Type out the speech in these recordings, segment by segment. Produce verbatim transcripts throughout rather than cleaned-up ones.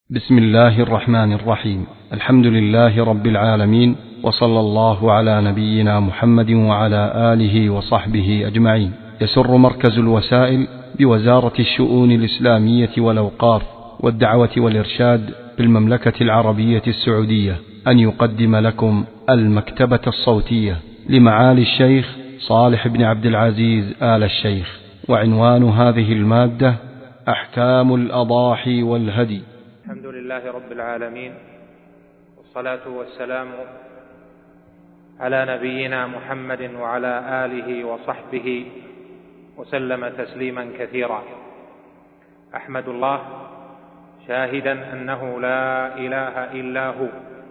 بسم الله الرحمن الرحيم. الحمد لله رب العالمين، وصلى الله على نبينا محمد وعلى آله وصحبه أجمعين. يسر مركز الوسائل بوزارة الشؤون الإسلامية والأوقاف والدعوة والإرشاد بالمملكة العربية السعودية أن يقدم لكم المكتبة الصوتية لمعالي الشيخ صالح بن عبد العزيز آل الشيخ. وعنوان هذه المادة: أحكام الأضاحي والهدي. الحمد لله رب العالمين، والصلاة والسلام على نبينا محمد وعلى آله وصحبه وسلم تسليما كثيرا. أحمد الله شاهدا أنه لا إله إلا هو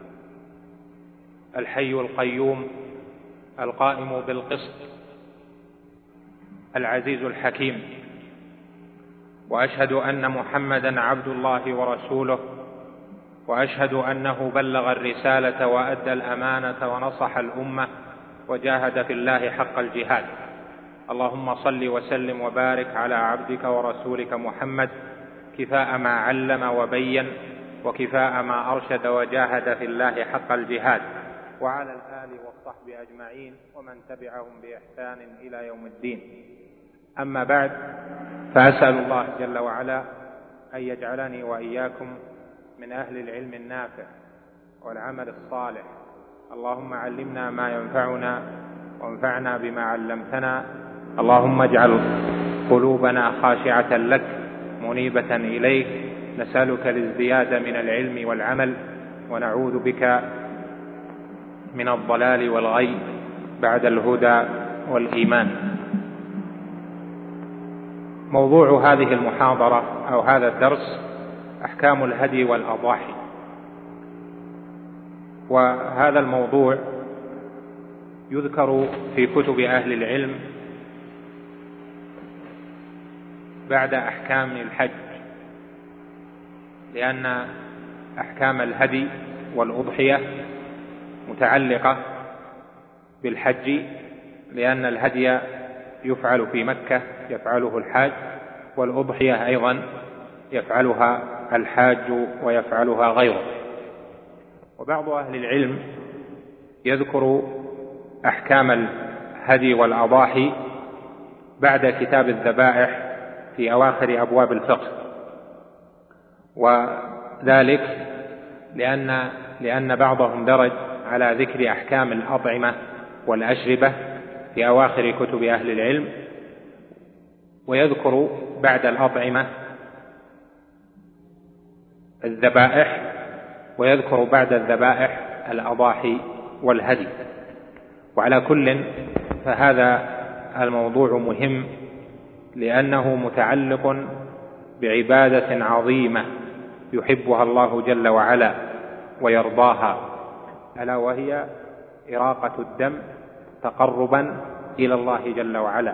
الحي القيوم القائم بالقسط العزيز الحكيم، وأشهد أن محمدا عبد الله ورسوله، وأشهد أنه بلغ الرسالة وأدى الأمانة ونصح الأمة وجاهد في الله حق الجهاد. اللهم صل وسلم وبارك على عبدك ورسولك محمد كفاء ما علم وبين، وكفاء ما أرشد وجاهد في الله حق الجهاد، وعلى الآل والصحب أجمعين ومن تبعهم بإحسان إلى يوم الدين. أما بعد، فأسأل الله جل وعلا أن يجعلني وإياكم من أهل العلم النافع والعمل الصالح. اللهم علمنا ما ينفعنا وانفعنا بما علمتنا. اللهم اجعل قلوبنا خاشعة لك منيبة إليك. نسألك الازدياد من العلم والعمل، ونعوذ بك من الضلال والغي بعد الهدى والإيمان. موضوع هذه المحاضرة أو هذا الدرس أحكام الهدي والأضاحي. وهذا الموضوع يذكر في كتب أهل العلم بعد أحكام الحج، لأن أحكام الهدي والأضحية متعلقة بالحج، لأن الهدي يفعل في مكة يفعله الحاج، والأضحية أيضا يفعلها الحاج ويفعلها غيره. وبعض أهل العلم يذكر أحكام الهدي والأضاحي بعد كتاب الذبائح في أواخر أبواب الفقه، وذلك لأن لأن بعضهم درج على ذكر أحكام الأطعمة والأشربة في أواخر كتب أهل العلم، ويذكر بعد الأطعمة الذبائح، ويذكر بعد الذبائح الأضاحي والهدي. وعلى كل فهذا الموضوع مهم، لأنه متعلق بعبادة عظيمة يحبها الله جل وعلا ويرضاها، ألا وهي إراقة الدم تقربا إلى الله جل وعلا.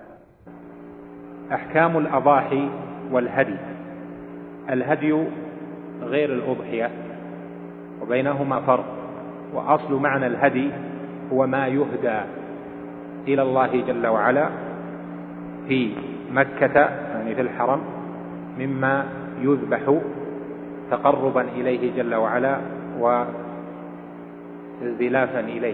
أحكام الأضاحي والهدي: الهدي غير الأضحية، وبينهما فرق. وأصل معنى الهدي هو ما يهدى إلى الله جل وعلا في مكة، يعني في الحرم، مما يذبح تقربا إليه جل وعلا وازدلافا إليه.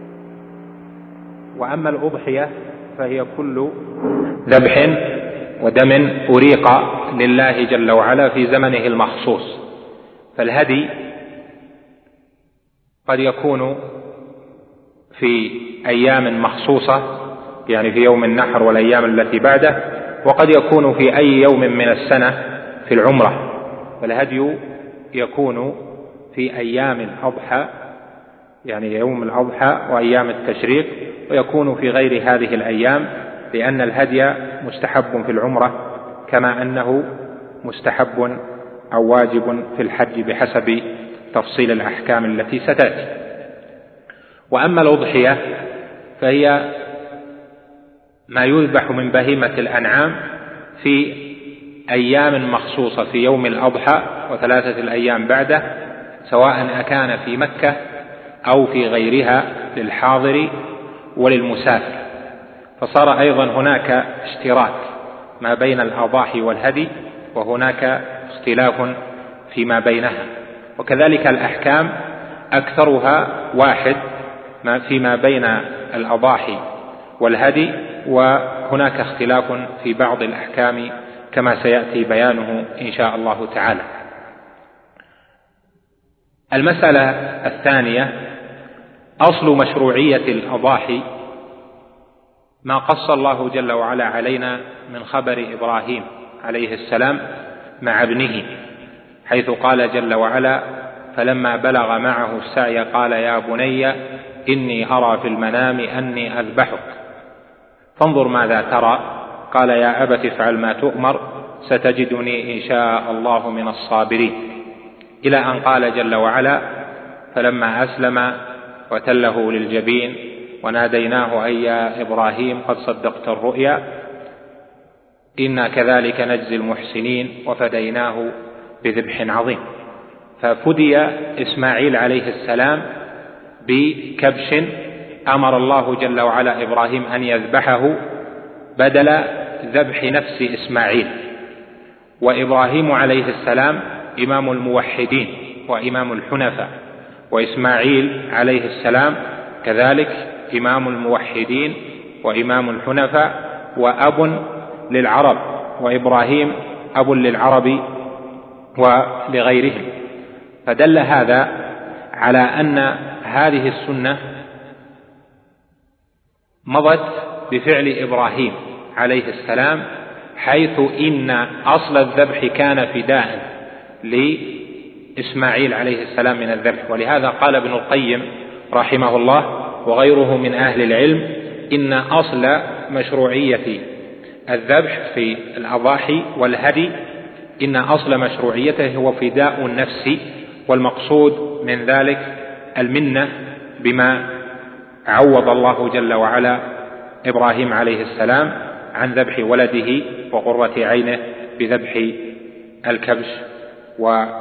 وأما الأضحية فهي كل ذبح ودم أريق لله جل وعلا في زمنه المخصوص. فالهدي قد يكون في أيام مخصوصة، يعني في يوم النحر والأيام التي بعده، وقد يكون في أي يوم من السنة في العمرة. فالهدي يكون في أيام الأضحى، يعني يوم الأضحى وأيام التشريق، ويكون في غير هذه الأيام، لأن الهدي مستحب في العمرة كما أنه مستحب أو واجب في الحج بحسب تفصيل الأحكام التي ستأتي. وأما الأضحية فهي ما يذبح من بهيمة الأنعام في أيام مخصوصة، في يوم الأضحى وثلاثة الأيام بعده، سواء أكان في مكة أو في غيرها للحاضر وللمسافر. فصار أيضا هناك اشتراك ما بين الأضاحي والهدي، وهناك اختلاف فيما بينها. وكذلك الأحكام أكثرها واحد فيما بين الأضاحي والهدي، وهناك اختلاف في بعض الأحكام كما سيأتي بيانه إن شاء الله تعالى. المسألة الثانية: أصل مشروعية الأضاحي ما قص الله جل وعلا علينا من خبر إبراهيم عليه السلام مع ابنه، حيث قال جل وعلا: فلما بلغ معه السعي قال يا بني إني أرى في المنام أني أذبحك فانظر ماذا ترى، قال يا أبت افعل ما تؤمر ستجدني إن شاء الله من الصابرين، إلى أن قال جل وعلا: فلما أسلم وتله للجبين وناديناه أي يا إبراهيم قد صدقت الرؤيا إنا كذلك نجزي المحسنين وفديناه بذبح عظيم. ففدي إسماعيل عليه السلام بكبش أمر الله جل وعلا إبراهيم أن يذبحه بدل ذبح نفس إسماعيل. وإبراهيم عليه السلام إمام الموحدين وإمام الحنفاء، وإسماعيل عليه السلام كذلك إمام الموحدين وإمام الحنفاء وأب للعرب، وإبراهيم أب للعرب ولغيرهم. فدل هذا على أن هذه السنة مضت بفعل إبراهيم عليه السلام، حيث إن أصل الذبح كان فداء لإسماعيل عليه السلام من الذبح. ولهذا قال ابن القيم رحمه الله وغيره من أهل العلم إن أصل مشروعية الذبح في الأضاحي والهدي إن أصل مشروعيته هو فداء النفس، والمقصود من ذلك المنة بما عوض الله جل وعلا إبراهيم عليه السلام عن ذبح ولده وقرة عينه بذبح الكبش وما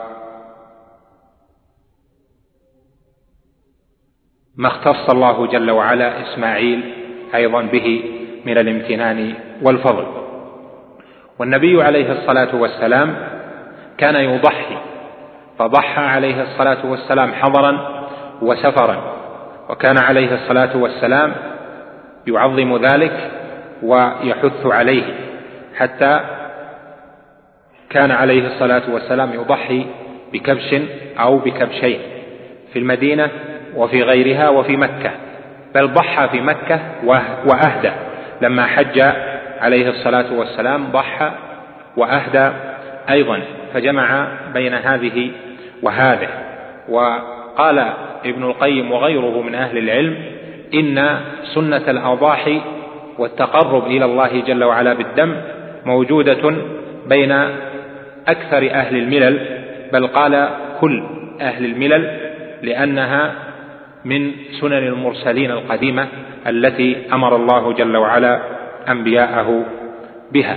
اختص الله جل وعلا إسماعيل أيضا به من الامتنان والفضل. والنبي عليه الصلاة والسلام كان يضحي، فضحى عليه الصلاة والسلام حضرا وسفرا، وكان عليه الصلاة والسلام يعظم ذلك ويحث عليه، حتى كان عليه الصلاة والسلام يضحي بكبش أو بكبشين في المدينة وفي غيرها وفي مكة، بل ضحى في مكة وأهدى لما حج عليه الصلاة والسلام، ضحى وأهدى أيضا، فجمع بين هذه وهذه. وقال ابن القيم وغيره من أهل العلم إن سنة الأضاحي والتقرب إلى الله جل وعلا بالدم موجودة بين أكثر أهل الملل، بل قال كل أهل الملل، لأنها من سنن المرسلين القديمة التي أمر الله جل وعلا أنبياءه بها.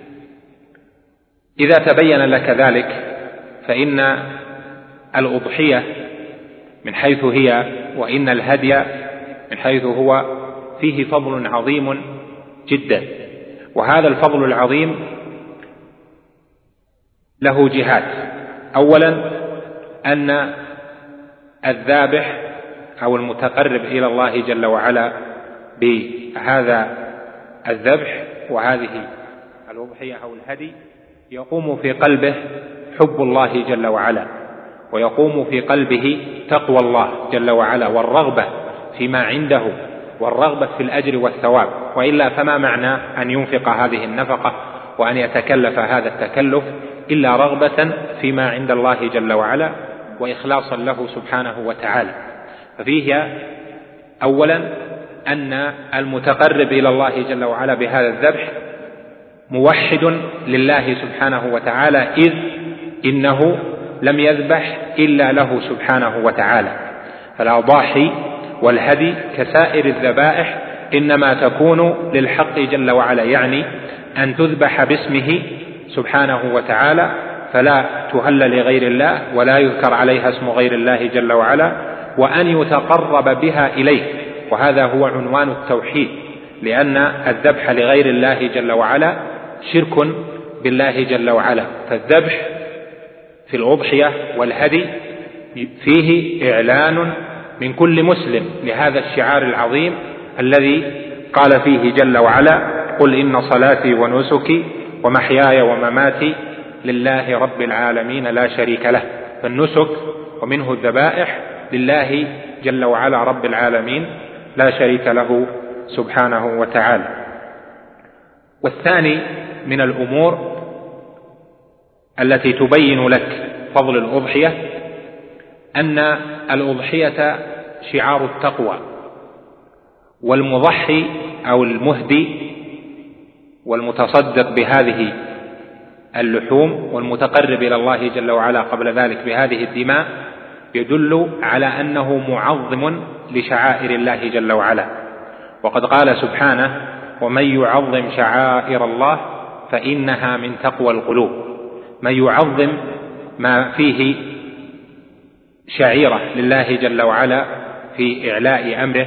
إذا تبين لك ذلك فإن الأضحية من حيث هي وإن الهدي من حيث هو فيه فضل عظيم جدا، وهذا الفضل العظيم له جهات. أولا أن الذابح أو المتقرب إلى الله جل وعلا بهذا الذبح وهذه الأضحية أو الهدي يقوم في قلبه حب الله جل وعلا، ويقوم في قلبه تقوى الله جل وعلا والرغبة فيما عنده والرغبة في الأجر والثواب، وإلا فما معنى أن ينفق هذه النفقة وأن يتكلف هذا التكلف إلا رغبة فيما عند الله جل وعلا وإخلاصا له سبحانه وتعالى. ففيه أولا أن المتقرب إلى الله جل وعلا بهذا الذبح موحد لله سبحانه وتعالى، إذ إنه لم يذبح إلا له سبحانه وتعالى. فالأضاحي والهدي كسائر الذبائح إنما تكون للحق جل وعلا، يعني أن تذبح باسمه سبحانه وتعالى، فلا تهل لغير الله ولا يذكر عليها اسم غير الله جل وعلا، وأن يتقرب بها إليه، وهذا هو عنوان التوحيد، لأن الذبح لغير الله جل وعلا شرك بالله جل وعلا. فالذبح في الأضحية والهدي فيه إعلان من كل مسلم لهذا الشعار العظيم الذي قال فيه جل وعلا: قل إن صلاتي ونسكي ومحياي ومماتي لله رب العالمين لا شريك له. فالنسك ومنه الذبائح لله جل وعلا رب العالمين لا شريك له سبحانه وتعالى. والثاني من الأمور التي تبين لك فضل الأضحية أن الأضحية شعار التقوى، والمضحي أو المهدي والمتصدق بهذه اللحوم والمتقرب إلى الله جل وعلا قبل ذلك بهذه الدماء يدل على أنه معظم لشعائر الله جل وعلا. وقد قال سبحانه: ومن يعظم شعائر الله فإنها من تقوى القلوب. من يعظم ما فيه شعيرة لله جل وعلا في إعلاء أمره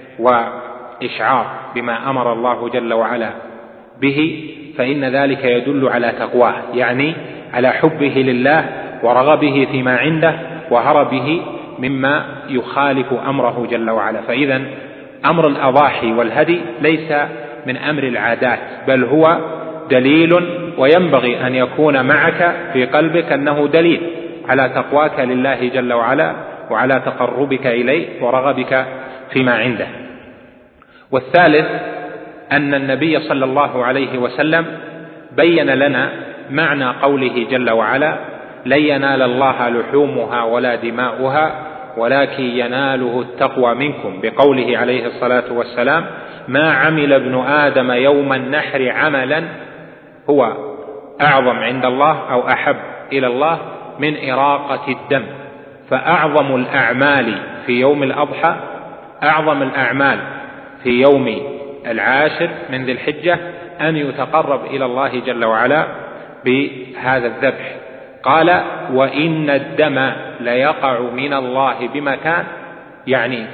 وإشعار بما أمر الله جل وعلا به فإن ذلك يدل على تقواه، يعني على حبه لله ورغبه فيما عنده وهربه مما يخالف أمره جل وعلا. فإذا أمر الأضاحي والهدي ليس من أمر العادات، بل هو دليل، وينبغي أن يكون معك في قلبك أنه دليل على تقواك لله جل وعلا وعلى تقربك إليه ورغبك فيما عنده. والثالث أن النبي صلى الله عليه وسلم بين لنا معنى قوله جل وعلا: لن ينال الله لحومها ولا دماؤها ولكن يناله التقوى منكم، بقوله عليه الصلاة والسلام: ما عمل ابن آدم يوم النحر عملا هو أعظم عند الله أو أحب إلى الله من إراقة الدم. فأعظم الأعمال في يوم الأضحى، أعظم الأعمال في يوم العاشر من ذي الحجة أن يتقرب إلى الله جل وعلا بهذا الذبح. قال: وإن الدم ليقع من الله بمكان، يعني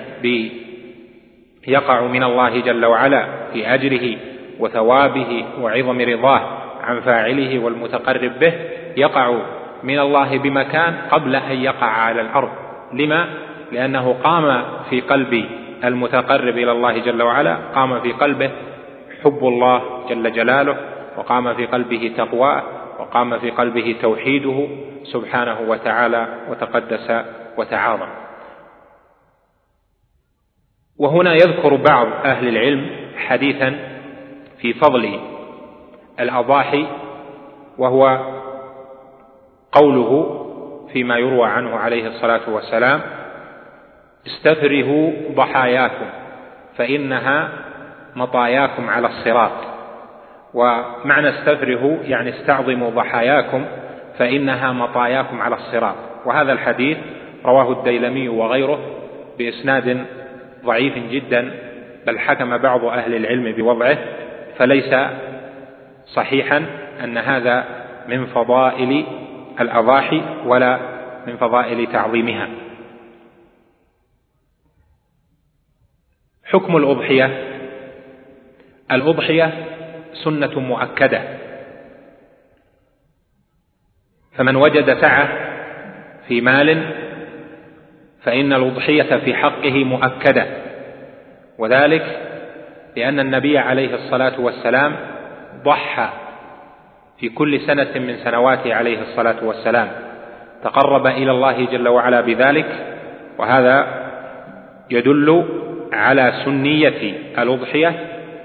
يقع من الله جل وعلا في أجره وثوابه وعظم رضاه عن فاعله والمتقرب به، يقع من الله بمكان قبل أن يقع على الأرض. لما؟ لأنه قام في قلب المتقرب إلى الله جل وعلا، قام في قلبه حب الله جل جلاله، وقام في قلبه تقواه، وقام في قلبه توحيده سبحانه وتعالى وتقدس وتعاظم. وهنا يذكر بعض أهل العلم حديثا في فضل الأضاحي، وهو قوله فيما يروى عنه عليه الصلاة والسلام: استفرهوا ضحاياكم فإنها مطاياكم على الصراط. ومعنى استفرهوا يعني استعظموا ضحاياكم فإنها مطاياكم على الصراط. وهذا الحديث رواه الديلمي وغيره بإسناد ضعيف جدا، بل حكم بعض أهل العلم بوضعه، فليس صحيحا أن هذا من فضائل الأضاحي ولا من فضائل تعظيمها. حكم الأضحية: الأضحية سنة مؤكدة، فمن وجد سعة في مال فإن الأضحية في حقه مؤكدة، وذلك لأن النبي عليه الصلاة والسلام ضحى في كل سنة من سنواته عليه الصلاة والسلام، تقرب إلى الله جل وعلا بذلك، وهذا يدل على سنية الأضحية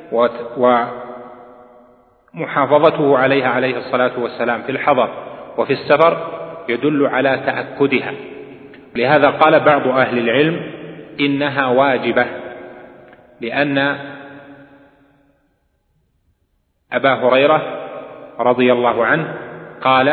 ومحافظته عليها عليه الصلاة والسلام في الحضر وفي السفر يدل على تأكدها. لهذا قال بعض أهل العلم إنها واجبة، لأن أبا هريرة رضي الله عنه قال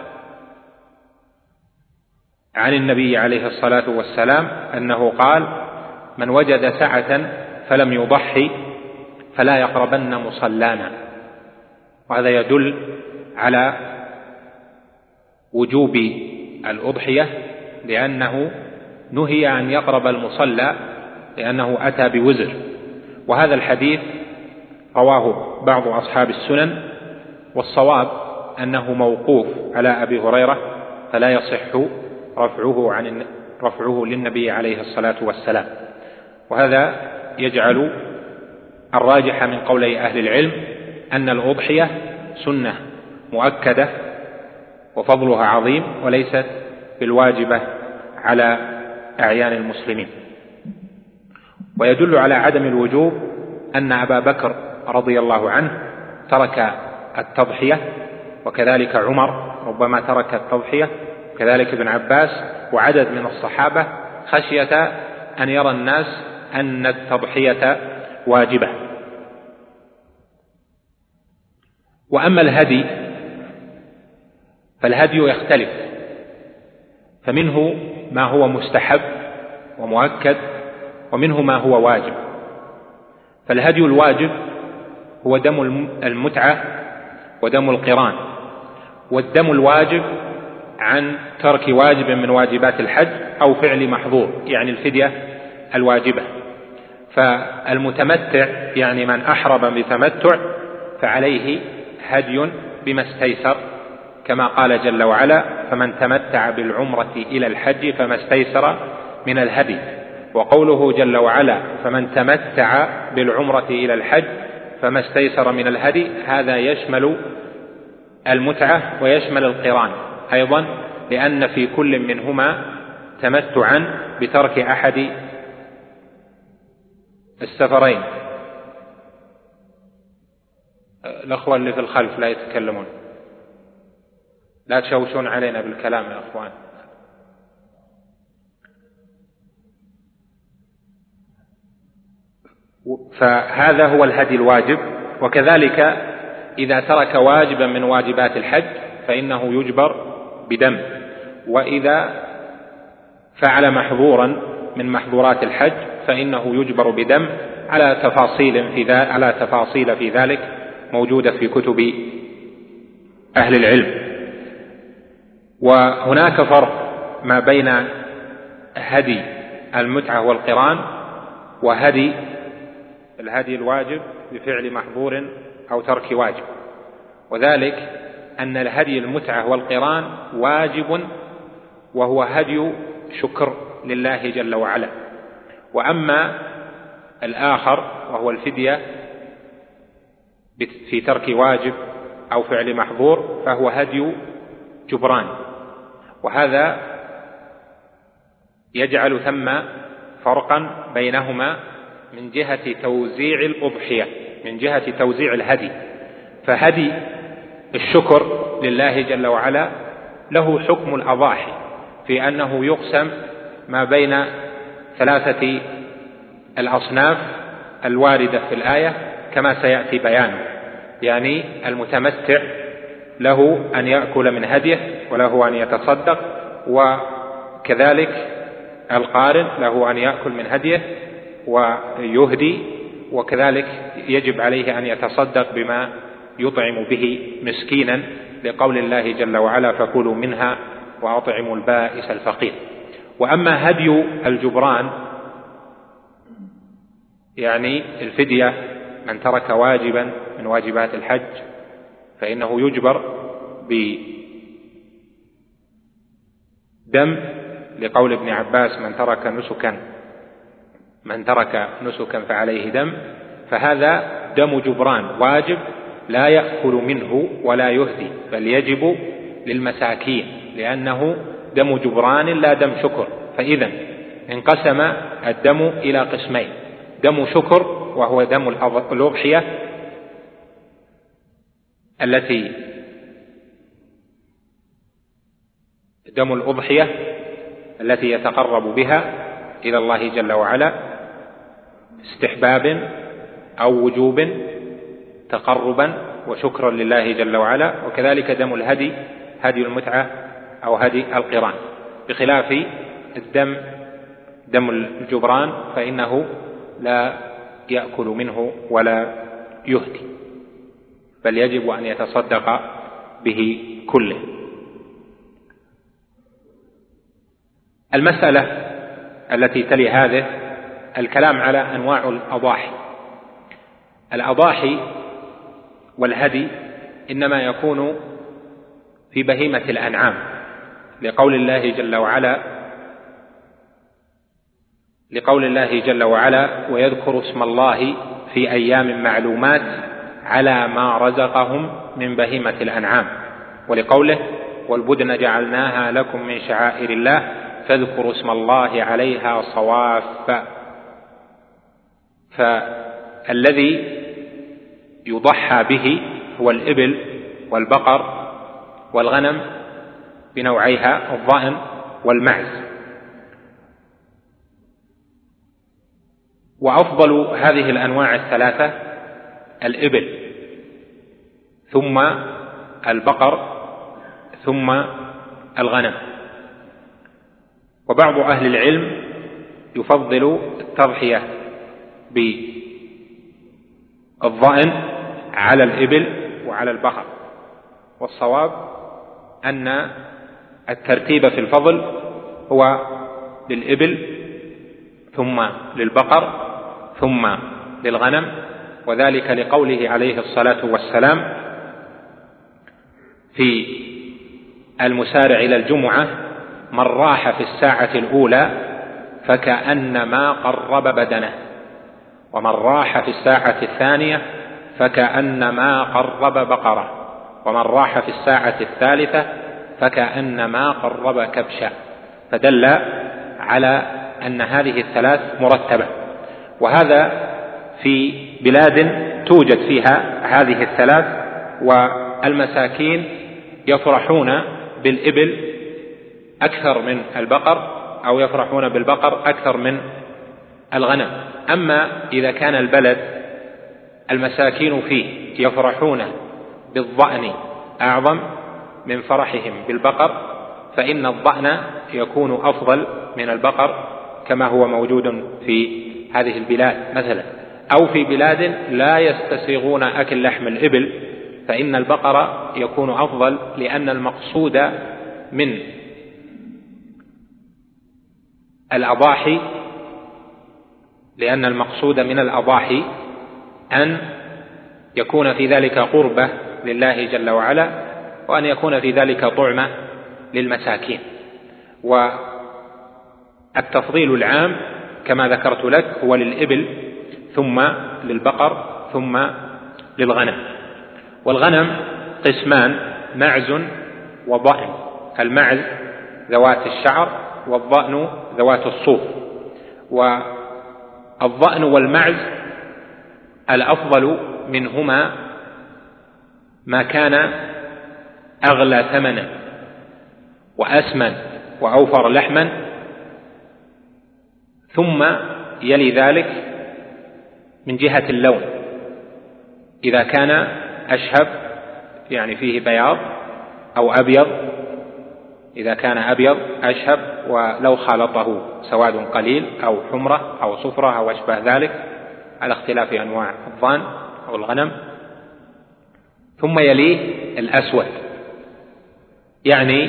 عن النبي عليه الصلاة والسلام أنه قال: من وجد سعة فلم يضحي فلا يقربن مصلانا. وهذا يدل على وجوب الأضحية، لأنه نهي أن يقرب المصلى لأنه أتى بوزر. وهذا الحديث رواه بعض أصحاب السنن، والصواب أنه موقوف على أبي هريرة فلا يصح رفعه عن رفعه للنبي عليه الصلاة والسلام. وهذا يجعل الراجح من قولي أهل العلم أن الأضحية سنة مؤكدة وفضلها عظيم، وليست بالواجبة على أعيان المسلمين. ويدل على عدم الوجوب أن أبا بكر رضي الله عنه ترك التضحية، وكذلك عمر ربما ترك التضحية، وكذلك ابن عباس وعدد من الصحابة، خشية أن يرى الناس أن التضحية واجبة. وأما الهدي فالهدي يختلف، فمنه ما هو مستحب ومؤكد، ومنه ما هو واجب. فالهدي الواجب هو دم المتعة ودم القران، والدم الواجب عن ترك واجب من واجبات الحج أو فعل محظور، يعني الفدية الواجبة. فالمتمتع يعني من أحرم بتمتع فعليه هدي بما استيسر، كما قال جل وعلا: فمن تمتع بالعمرة إلى الحج فما استيسر من الهدي. وقوله جل وعلا: فمن تمتع بالعمرة إلى الحج فما استيسر من الهدي، هذا يشمل المتعة ويشمل القران أيضا، لأن في كل منهما تمتعا بترك أحد السفرين. الأخوة اللي في الخلف لا يتكلمون، لا تشوشون علينا بالكلام يا أخوان. فهذا هو الهدي الواجب. وكذلك إذا ترك واجبا من واجبات الحج فإنه يجبر بدم، وإذا فعل محظورا من محظورات الحج فإنه يجبر بدم، على تفاصيل في ذلك على تفاصيل في ذلك موجودة في كتب أهل العلم. وهناك فرق ما بين هدي المتعة والقران وهدي الهدي الواجب بفعل محظور أو ترك واجب، وذلك أن الهدي المتعة والقران واجب، وهو هدي شكر لله جل وعلا. وأما الآخر وهو الفدية في ترك واجب أو فعل محظور فهو هدي جبران، وهذا يجعل ثم فرقا بينهما من جهة توزيع الأضحية، من جهة توزيع الهدي. فهدي الشكر لله جل وعلا له حكم الأضاحي، في أنه يقسم ما بين ثلاثة الأصناف الواردة في الآية كما سيأتي بيانه. يعني المتمتع له أن يأكل من هديه وله أن يتصدق، وكذلك القارن له أن يأكل من هديه ويهدي، وكذلك يجب عليه أن يتصدق بما يطعم به مسكينا، لقول الله جل وعلا: فكلوا منها وأطعموا البائس الفقير. وأما هدي الجبران يعني الفدية، من ترك واجبا من واجبات الحج فإنه يجبر بدم، لقول ابن عباس: من ترك نسكا من ترك نسكا فعليه دم. فهذا دم جبران واجب لا يأكل منه ولا يهدي، بل يجب للمساكين، لأنه دم جبران لا دم شكر. فإذا انقسم الدم إلى قسمين: دم شكر وهو دم الأضحية التي دم الأضحية التي يتقرب بها إلى الله جل وعلا استحباب أو وجوب، تقربا وشكرا لله جل وعلا. وكذلك دم الهدي، هدي المتعة أو هدي القران، بخلاف الدم دم الجبران فإنه لا يأكل منه ولا يهدي، بل يجب أن يتصدق به كله. المسألة التي تلي هذه الكلام على أنواع الأضاحي. الأضاحي والهدي إنما يكون في بهيمة الأنعام، لقول الله جل وعلا لقول الله جل وعلا ويذكر اسم الله في أيام معلومات على ما رزقهم من بهيمة الأنعام، ولقوله والبدن جعلناها لكم من شعائر الله فاذكروا اسم الله عليها صواف. فالذي يضحى به هو الإبل والبقر والغنم بنوعيها الضأن والمعز. وأفضل هذه الأنواع الثلاثة الإبل، ثم البقر، ثم الغنم. وبعض أهل العلم يفضل التضحية بالضأن على الإبل وعلى البقر، والصواب أن الترتيب في الفضل هو للإبل ثم للبقر ثم للغنم، وذلك لقوله عليه الصلاة والسلام في المسارع إلى الجمعة من راح في الساعة الأولى فكأنما قرب بدنه، ومن راح في الساعة الثانية فكأنما قرب بقرة، ومن راح في الساعة الثالثة فكأنما قرب كبشا، فدل على أن هذه الثلاث مرتبة. وهذا في بلاد توجد فيها هذه الثلاث، والمساكين يفرحون بالإبل أكثر من البقر، أو يفرحون بالبقر أكثر من الغنم. أما إذا كان البلد المساكين فيه يفرحون بالضأن أعظم من فرحهم بالبقر، فإن الضأن يكون أفضل من البقر كما هو موجود في هذه البلاد مثلا. أو في بلاد لا يستسيغون أكل لحم الإبل فإن البقر يكون أفضل، لأن المقصود من الأضاحي لأن المقصود من الأضاحي أن يكون في ذلك قربة لله جل وعلا، وأن يكون في ذلك طعمة للمساكين. والتفضيل العام كما ذكرت لك هو للإبل ثم للبقر ثم للغنم. والغنم قسمان: معز وضأن. المعز ذوات الشعر، والضأن ذوات الصوف. والضأن والمعز الأفضل منهما ما كان أغلى ثمنا وأسمن وأوفر لحما، ثم يلي ذلك من جهة اللون إذا كان أشهب يعني فيه بياض، أو أبيض إذا كان أبيض أشهب ولو خالطه سواد قليل، أو حمرة أو صفرة أو أشبه ذلك على اختلاف أنواع الضأن أو الغنم. ثم يليه الأسود، يعني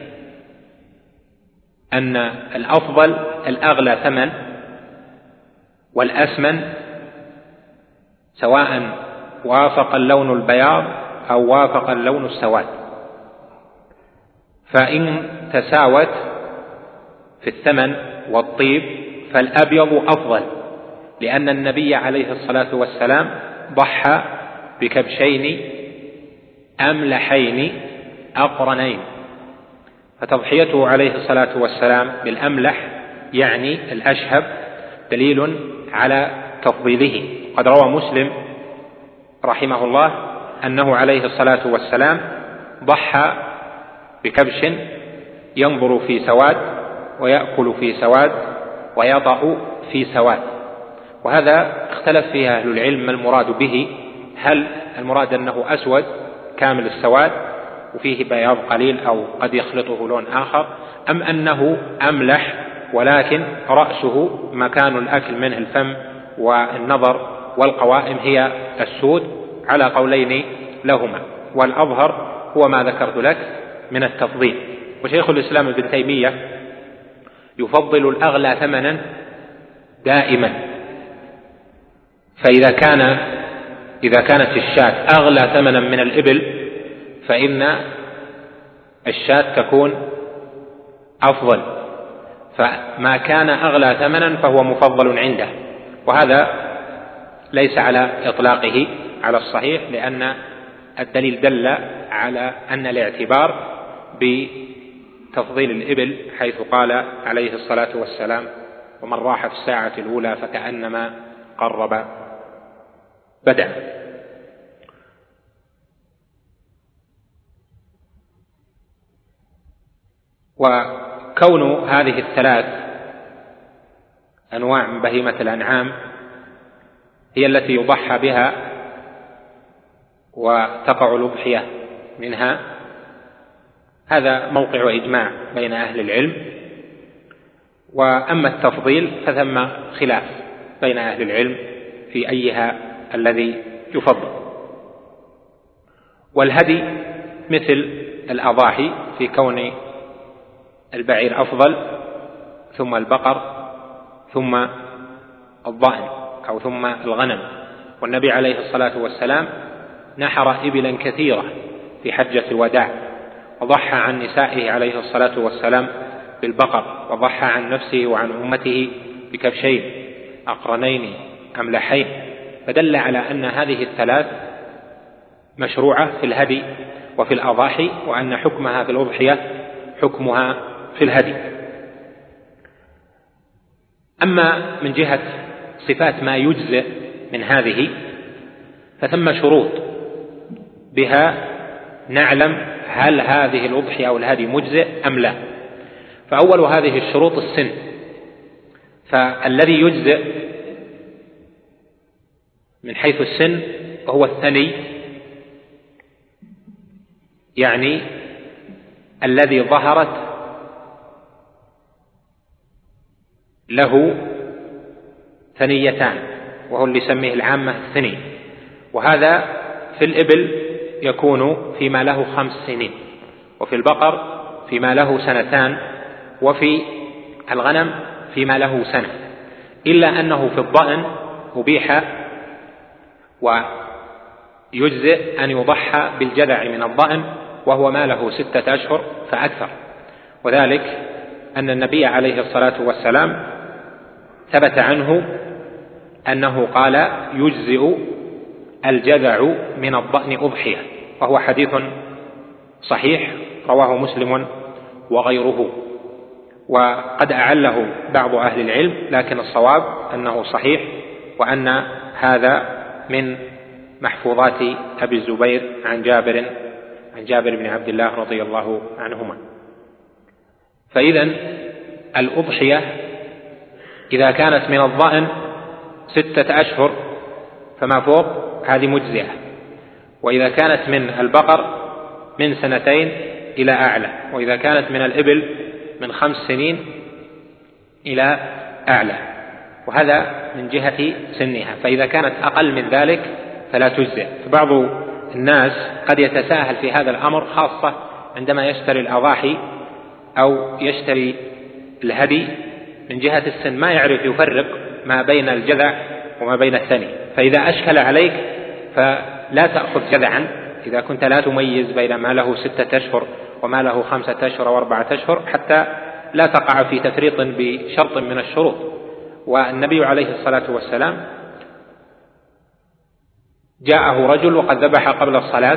أن الأفضل الأغلى ثمن والأسمن، سواء وافق اللون البياض أو وافق اللون السواد. فإن تساوت في الثمن والطيب فالأبيض أفضل، لأن النبي عليه الصلاة والسلام ضحى بكبشين أملحين أقرنين، فتضحيته عليه الصلاة والسلام بالأملح يعني الأشهب دليل على تفضيله. قد روى مسلم رحمه الله أنه عليه الصلاة والسلام ضحى بكبش ينظر في سواد ويأكل في سواد ويطأ في سواد. وهذا اختلف فيه أهل العلم ما المراد به، هل المراد أنه أسود كامل السواد وفيه بياض قليل أو قد يخلطه لون آخر، أم أنه أملح ولكن رأسه مكان الأكل منه الفم والنظر والقوائم هي السود، على قولين لهما. والأظهر هو ما ذكرت لك من التفضيل. وشيخ الإسلام ابن تيمية يفضل الأغلى ثمنا دائما، فإذا كان إذا كانت الشاة أغلى ثمنا من الإبل فإن الشاة تكون أفضل، فما كان أغلى ثمنا فهو مفضل عنده، وهذا ليس على إطلاقه على الصحيح، لأن الدليل دل على أن الاعتبار بتفضيل الإبل، حيث قال عليه الصلاة والسلام: ومن راح في الساعة الأولى فكأنما قرب بدنه. وكون هذه الثلاث أنواع من بهيمة الأنعام هي التي يضحى بها وتقع الأضحية منها، هذا موقع إجماع بين أهل العلم. وأما التفضيل فثم خلاف بين أهل العلم في أيها الذي يفضل. والهدي مثل الأضاحي في كون البعير أفضل، ثم البقر، ثم الضأن أو ثم الغنم. والنبي عليه الصلاة والسلام نحر إبلا كثيرة في حجة الوداع، وضحى عن نسائه عليه الصلاة والسلام بالبقر، وضحى عن نفسه وعن أمته بكبشين أقرنين أملحين، فدل على أن هذه الثلاث مشروعة في الهدي وفي الأضاحي، وأن حكمها في الأضحية حكمها في الهدي. أما من جهة صفات ما يجزئ من هذه فثم شروط بها نعلم هل هذه الأضحية أو الهدي مجزئ أم لا. فأول هذه الشروط السن، فالذي يجزئ من حيث السن هو الثني، يعني الذي ظهرت له ثنيتان، وهو اللي يسميه العامة الثني. وهذا في الإبل يكون فيما له خمس سنين، وفي البقر فيما له سنتان، وفي الغنم فيما له سنة، إلا أنه في الضأن أبيح ويجزئ أن يضحى بالجذع من الضأن وهو ما له ستة أشهر فأكثر، وذلك أن النبي عليه الصلاة والسلام ثبت عنه أنه قال: يجزئ الجذع من الضأن أضحية، وهو حديث صحيح رواه مسلم وغيره. وقد أعله بعض أهل العلم، لكن الصواب أنه صحيح، وأن هذا من محفوظات أبي الزبير عن جابر عن جابر بن عبد الله رضي الله عنهما. فإذن الأضحية إذا كانت من الضأن ستة أشهر فما فوق هذه مجزئة، وإذا كانت من البقر من سنتين إلى أعلى، وإذا كانت من الإبل من خمس سنين إلى أعلى، وهذا من جهة سنها. فإذا كانت أقل من ذلك فلا تجزئ. فبعض الناس قد يتساهل في هذا الأمر، خاصة عندما يشتري الأضاحي أو يشتري الهدي من جهة السن، ما يعرف يفرق ما بين الجذع وما بين الثني. فإذا أشكل عليك فلا تأخذ جذعا إذا كنت لا تميز بين ما له ستة أشهر وما له خمسة أشهر وأربعة أشهر، حتى لا تقع في تفريط بشرط من الشروط. والنبي عليه الصلاة والسلام جاءه رجل وقد ذبح قبل الصلاة،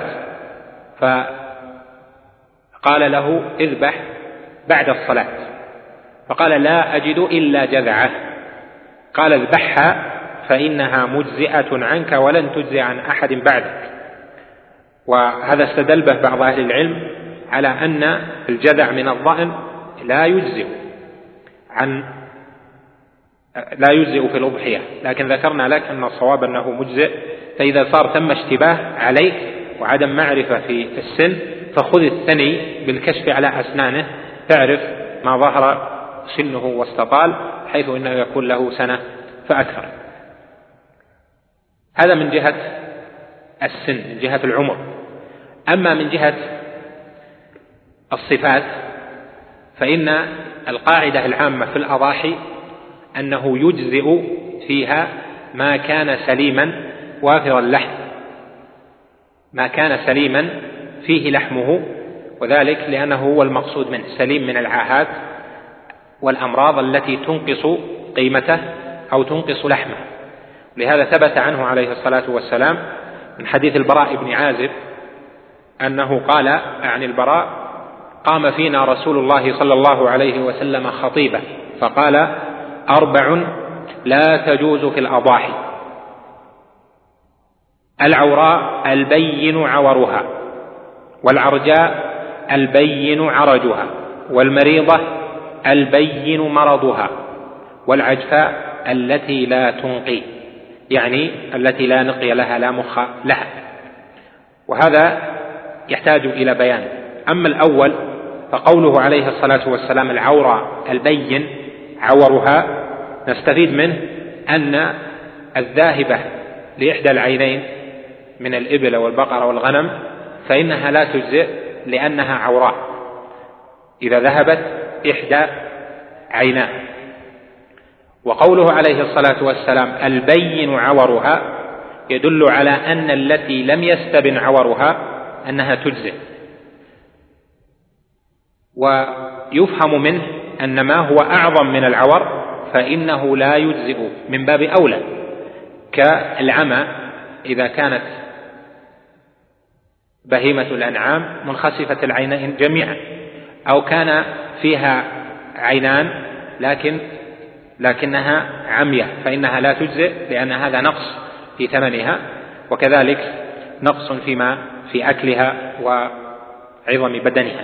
فقال له: اذبح بعد الصلاة، فقال: لا أجد إلا جذعه. قال: اذبحها فإنها مجزئة عنك ولن تجزئ عن أحد بعدك. وهذا استدل به بعض أهل العلم على أن الجذع من الضأن لا يجزئ عن لا يجزئ في الأضحية، لكن ذكرنا لك أن الصواب أنه مجزئ. فإذا صار ثم اشتباه عليك وعدم معرفة في السن، فخذ الثني بالكشف على أسنانه تعرف ما ظهر سنه واستطال، حيث إنه يكون له سنة فأكثر. هذا من جهة السن، من جهة العمر. أما من جهة الصفات فإن القاعدة العامة في الأضاحي أنه يجزئ فيها ما كان سليما وافر اللحم، ما كان سليما فيه لحمه، وذلك لأنه هو المقصود منه، سليم من العاهات والأمراض التي تنقص قيمته أو تنقص لحمه. لهذا ثبت عنه عليه الصلاة والسلام من حديث البراء بن عازب أنه قال عن البراء: قام فينا رسول الله صلى الله عليه وسلم خطيبا فقال: أربع لا تجوز في الأضاحي: العوراء البين عورها، والعرجاء البين عرجها، والمريضة البين مرضها، والعجفاء التي لا تنقي، يعني التي لا نقي لها لا مخ لها. وهذا يحتاج إلى بيان. أما الأول فقوله عليه الصلاة والسلام: العورة البين عورها، نستفيد منه أن الذاهبة لإحدى العينين من الإبل والبقر والغنم فإنها لا تجزئ لأنها عوراء إذا ذهبت إحدى عيناه. وقوله عليه الصلاة والسلام: البين عورها، يدل على أن التي لم يستبن عورها أنها تجزئ. ويفهم منه أن ما هو أعظم من العور فإنه لا يجزئ من باب أولى، كالعمى إذا كانت بهيمة الأنعام منخسفة العينين جميعا، أو كان فيها عينان لكن لكنها عمية فإنها لا تجزئ، لأن هذا نقص في ثمنها، وكذلك نقص فيما في أكلها وعظم بدنها.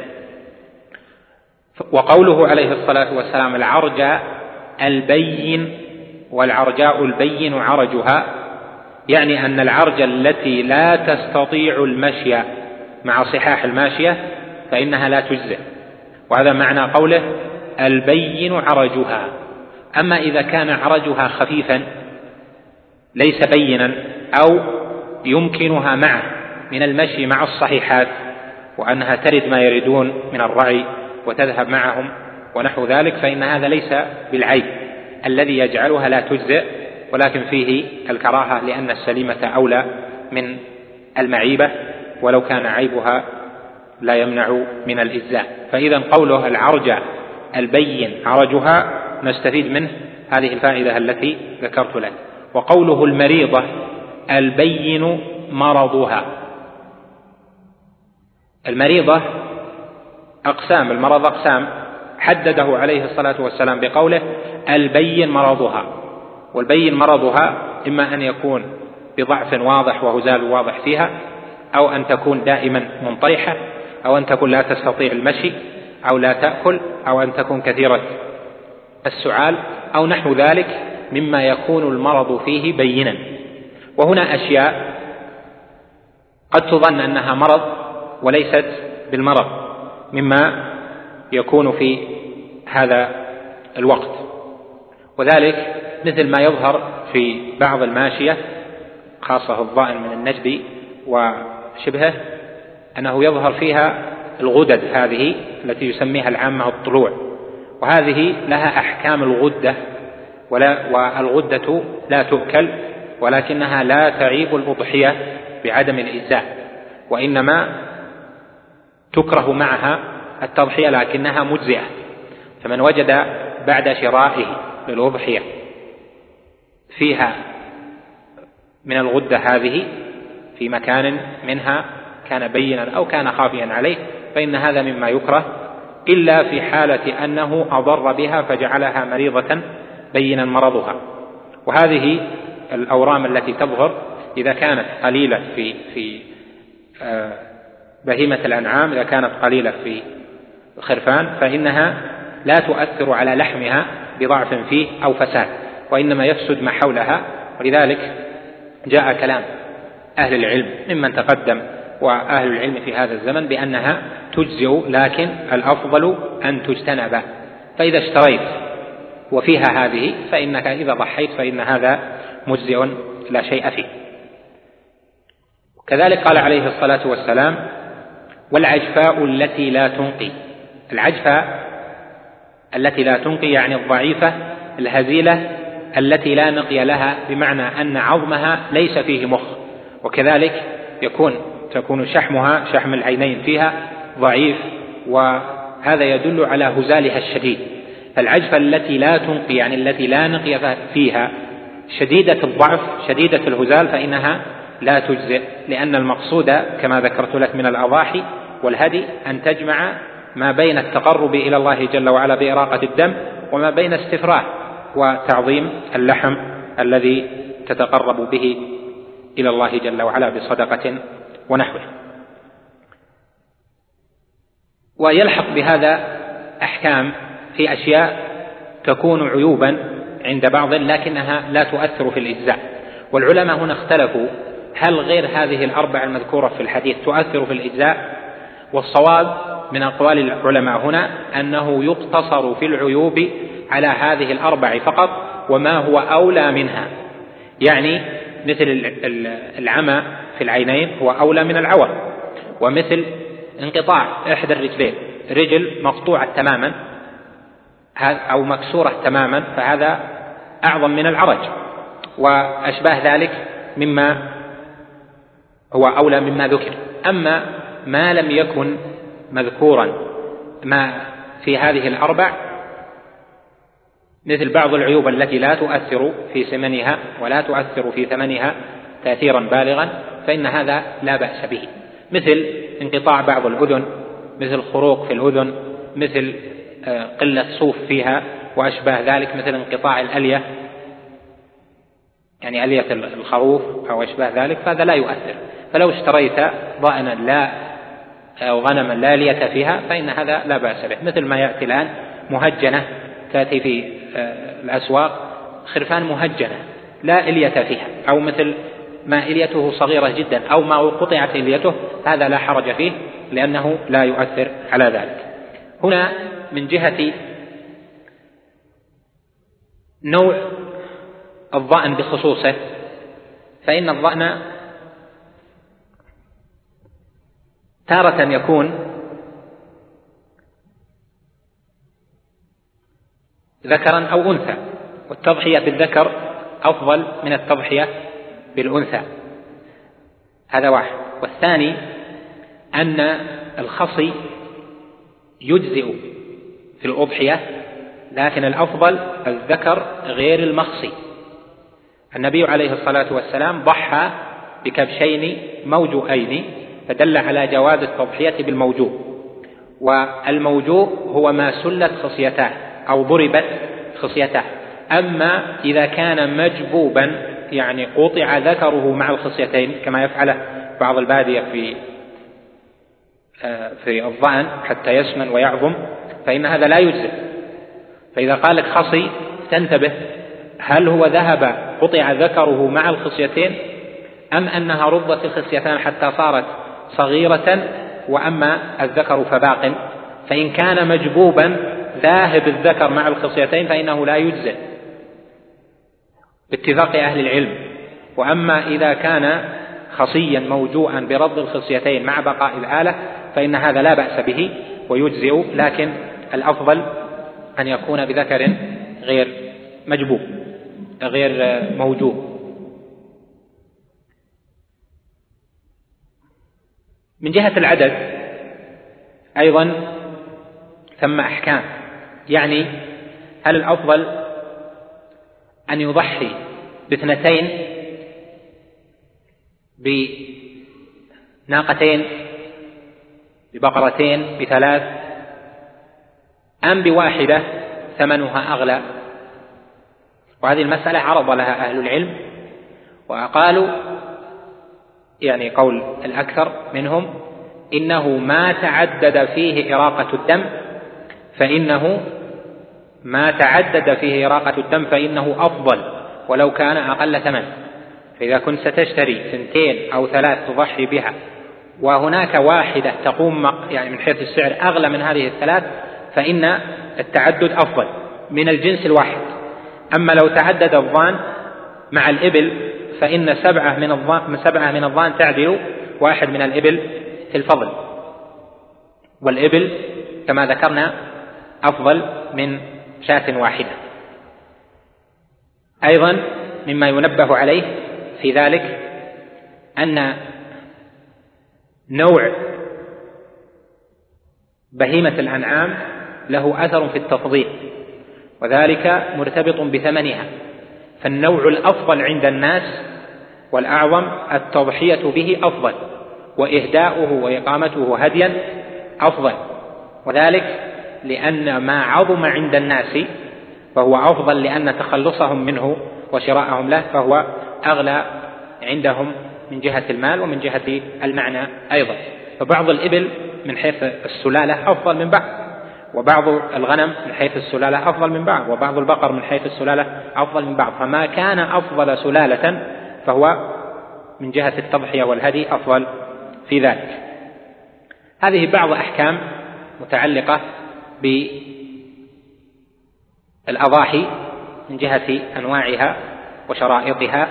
وقوله عليه الصلاة والسلام: العرجاء البين والعرجاء البين عرجها، يعني أن العرجة التي لا تستطيع المشي مع صحاح الماشية فإنها لا تجزئ، وهذا معنى قوله البين عرجها. أما إذا كان عرجها خفيفا ليس بينا أو يمكنها معه من المشي مع الصحيحات، وأنها ترد ما يردون من الرعي وتذهب معهم ونحو ذلك، فإن هذا ليس بالعيب الذي يجعلها لا تجزئ، ولكن فيه الكراهة، لأن السليمة أولى من المعيبة ولو كان عيبها لا يمنع من الإجزاء. فإذا قوله العرجة البين عرجها نستفيد منه هذه الفائدة التي ذكرت لك. وقوله المريضة البين مرضها، المريضة أقسام، المرض أقسام، حدده عليه الصلاة والسلام بقوله البين مرضها. والبين مرضها إما أن يكون بضعف واضح وهزال واضح فيها، أو أن تكون دائما منطرحة، أو أن تكون لا تستطيع المشي، أو لا تأكل، أو أن تكون كثيرة السعال، أو نحو ذلك مما يكون المرض فيه بينا. وهنا أشياء قد تظن أنها مرض وليست بالمرض مما يكون في هذا الوقت، وذلك مثل ما يظهر في بعض الماشية خاصة الضائن من النجد وشبهه، أنه يظهر فيها الغدد هذه التي يسميها العامة الطلوع، وهذه لها أحكام الغدة، والغدة لا تؤكل، ولكنها لا تعيب الأضحية بعدم الإجزاء، وإنما تكره معها التضحية لكنها مجزئة. فمن وجد بعد شرائه للأضحية فيها من الغدة هذه في مكان منها كان بينا أو كان خافيا عليه فإن هذا مما يكره، إلا في حالة أنه أضر بها فجعلها مريضة بينا مرضها. وهذه الأورام التي تظهر إذا كانت قليلة في في بهيمة الأنعام، إذا كانت قليلة في الخرفان فإنها لا تؤثر على لحمها بضعف فيه أو فساد، وإنما يفسد ما حولها. ولذلك جاء كلام أهل العلم ممن تقدم وأهل العلم في هذا الزمن بأنها تجزئ، لكن الأفضل أن تجتنب. فإذا اشتريت وفيها هذه فإنك إذا ضحيت فإن هذا مجزئ لا شيء فيه. كذلك قال عليه الصلاة والسلام: والعجفاء التي لا تنقي. العجفاء التي لا تنقي يعني الضعيفة الهزيلة التي لا نقي لها، بمعنى أن عظمها ليس فيه مخ، وكذلك يكون تكون شحمها شحم العينين فيها ضعيف، وهذا يدل على هزالها الشديد. فالعجفة التي لا تنقي يعني التي لا نقي فيها شديدة الضعف شديدة الهزال فإنها لا تجزئ، لأن المقصود كما ذكرت لك من الأضاحي والهدي أن تجمع ما بين التقرب إلى الله جل وعلا بإراقة الدم وما بين استفراغ وتعظيم اللحم الذي تتقرب به إلى الله جل وعلا بصدقة ونحوه. ويلحق بهذا أحكام في أشياء تكون عيوبا عند بعض لكنها لا تؤثر في الإجزاء، والعلماء هنا اختلفوا هل غير هذه الأربع المذكورة في الحديث تؤثر في الإجزاء؟ والصواب من أقوال العلماء هنا أنه يقتصر في العيوب على هذه الأربع فقط وما هو أولى منها، يعني مثل العمى في العينين هو أولى من العور، ومثل انقطاع إحدى الرجلين، رجل مقطوعة تماما أو مكسورة تماما فهذا أعظم من العرج، وأشباه ذلك مما هو أولى مما ذكر. أما ما لم يكن مذكورا ما في هذه الأربع مثل بعض العيوب التي لا تؤثر في ثمنها ولا تؤثر في ثمنها تأثيرا بالغا فإن هذا لا بأس به، مثل انقطاع بعض الأذن، مثل خروق في الأذن، مثل قلة صوف فيها وأشباه ذلك، مثل انقطاع الألية يعني ألية الخروف أو أشباه ذلك فهذا لا يؤثر. فلو اشتريت ضأنا لا أو غنما لا ألية فيها فإن هذا لا بأس به، مثل ما يأتي الآن مهجنة تأتي في الأسواق خرفان مهجنة لا ألية فيها، أو مثل ما إليته صغيرة جدا أو ما قطعت إليته هذا لا حرج فيه لأنه لا يؤثر على ذلك. هنا من جهة نوع الضأن بخصوصه فإن الضأن تارة يكون ذكرا أو أنثى، والتضحية بالذكر أفضل من التضحية بالأنثى، هذا واحد. والثاني أن الخصي يجزئ في الأضحية لكن الأفضل الذكر غير المخصي. النبي عليه الصلاة والسلام ضحى بكبشين موجوئين فدل على جواز التضحية بالموجوء، والموجوء هو ما سلت خصيتاه أو ضربت خصيتاه. أما إذا كان مجبوبا يعني قطع ذكره مع الخصيتين كما يفعله بعض البادية في في الضأن حتى يسمن ويعظم فإن هذا لا يجزئ. فإذا قال لك خصي تنتبه هل هو ذهب قطع ذكره مع الخصيتين أم أنها رضت الخصيتان حتى صارت صغيرة وأما الذكر فباق. فإن كان مجبوبا ذاهب الذكر مع الخصيتين فإنه لا يجزئ باتفاق أهل العلم. وأما إذا كان خصيا موجوعا برد الخصيتين مع بقاء الآلة فإن هذا لا بأس به ويجزئ، لكن الأفضل أن يكون بذكر غير مجبوب غير موجوب. من جهة العدد أيضا ثم أحكام، يعني هل الأفضل أن يضحي باثنتين بناقتين ببقرتين بثلاث أم بواحدة ثمنها أغلى؟ وهذه المسألة عرض لها أهل العلم وقالوا يعني قول الأكثر منهم إنه ما تعدد فيه إراقة الدم فإنه ما تعدد فيه إراقة الدم فإنه أفضل ولو كان أقل ثمن. فإذا كنت ستشتري سنتين أو ثلاث تضحي بها وهناك واحدة تقوم يعني من حيث السعر أغلى من هذه الثلاث فإن التعدد أفضل من الجنس الواحد. أما لو تعدد الضان مع الإبل فإن سبعة من الضان, سبعة من الضان تعدل واحد من الإبل في الفضل، والإبل كما ذكرنا أفضل من شاة واحدة. أيضا مما ينبه عليه في ذلك أن نوع بهيمة الأنعام له أثر في التفضيل، وذلك مرتبط بثمنها، فالنوع الأفضل عند الناس والأعظم التضحية به أفضل، وإهداؤه وإقامته هديا أفضل، وذلك لأن ما عظم عند الناس فهو أفضل، لأن تخلصهم منه وشراءهم له فهو أغلى عندهم من جهة المال ومن جهة المعنى أيضا. فبعض الإبل من حيث السلالة أفضل من بعض، وبعض الغنم من حيث السلالة أفضل من بعض، وبعض البقر من حيث السلالة أفضل من بعض، فما كان أفضل سلالة فهو من جهة التضحية والهدي أفضل في ذلك. هذه بعض أحكام متعلقة بالأضاحي من جهة أنواعها وشرائطها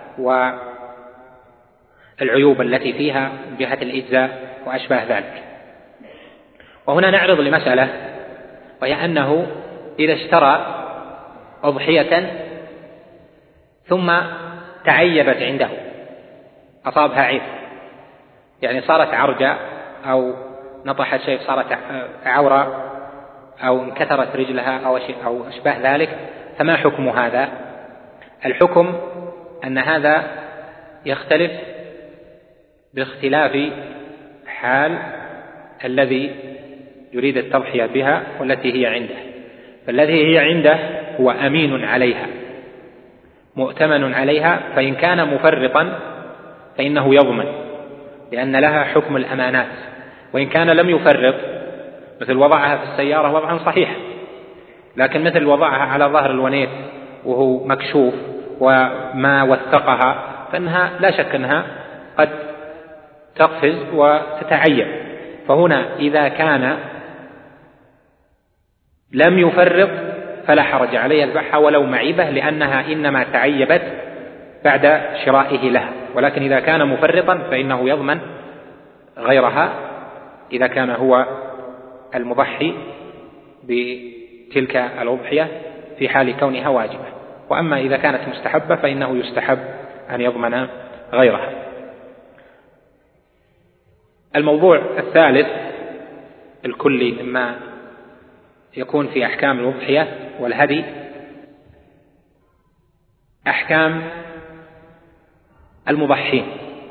والعيوب التي فيها من جهة الإجزاء وأشباه ذلك. وهنا نعرض لمسألة، وهي أنه إذا اشترى أضحية ثم تعيبت عنده، أصابها عيب، يعني صارت عرجة أو نطحت شيء صارت عورة أو انكسرت رجلها أو أو أشباه ذلك، فما حكم هذا؟ الحكم أن هذا يختلف باختلاف حال الذي يريد التضحية بها والتي هي عنده. فالذي هي عنده هو أمين عليها مؤتمن عليها، فإن كان مفرطا فإنه يضمن لأن لها حكم الأمانات، وإن كان لم يفرط مثل وضعها في السيارة وضعا صحيح، لكن مثل وضعها على ظهر الونيت وهو مكشوف وما وثقها فإنها لا شك أنها قد تقفز وتتعيب. فهنا إذا كان لم يفرط فلا حرج عليه يذبحها ولو معيبة، لأنها إنما تعيبت بعد شرائه لها، ولكن إذا كان مفرطا فإنه يضمن غيرها إذا كان هو المضحي بتلك الأضحية في حال كونها واجبة. وأما إذا كانت مستحبة فإنه يستحب أن يضمن غيرها. الموضوع الثالث الكلي مما يكون في أحكام الأضحية والهدي أحكام المضحين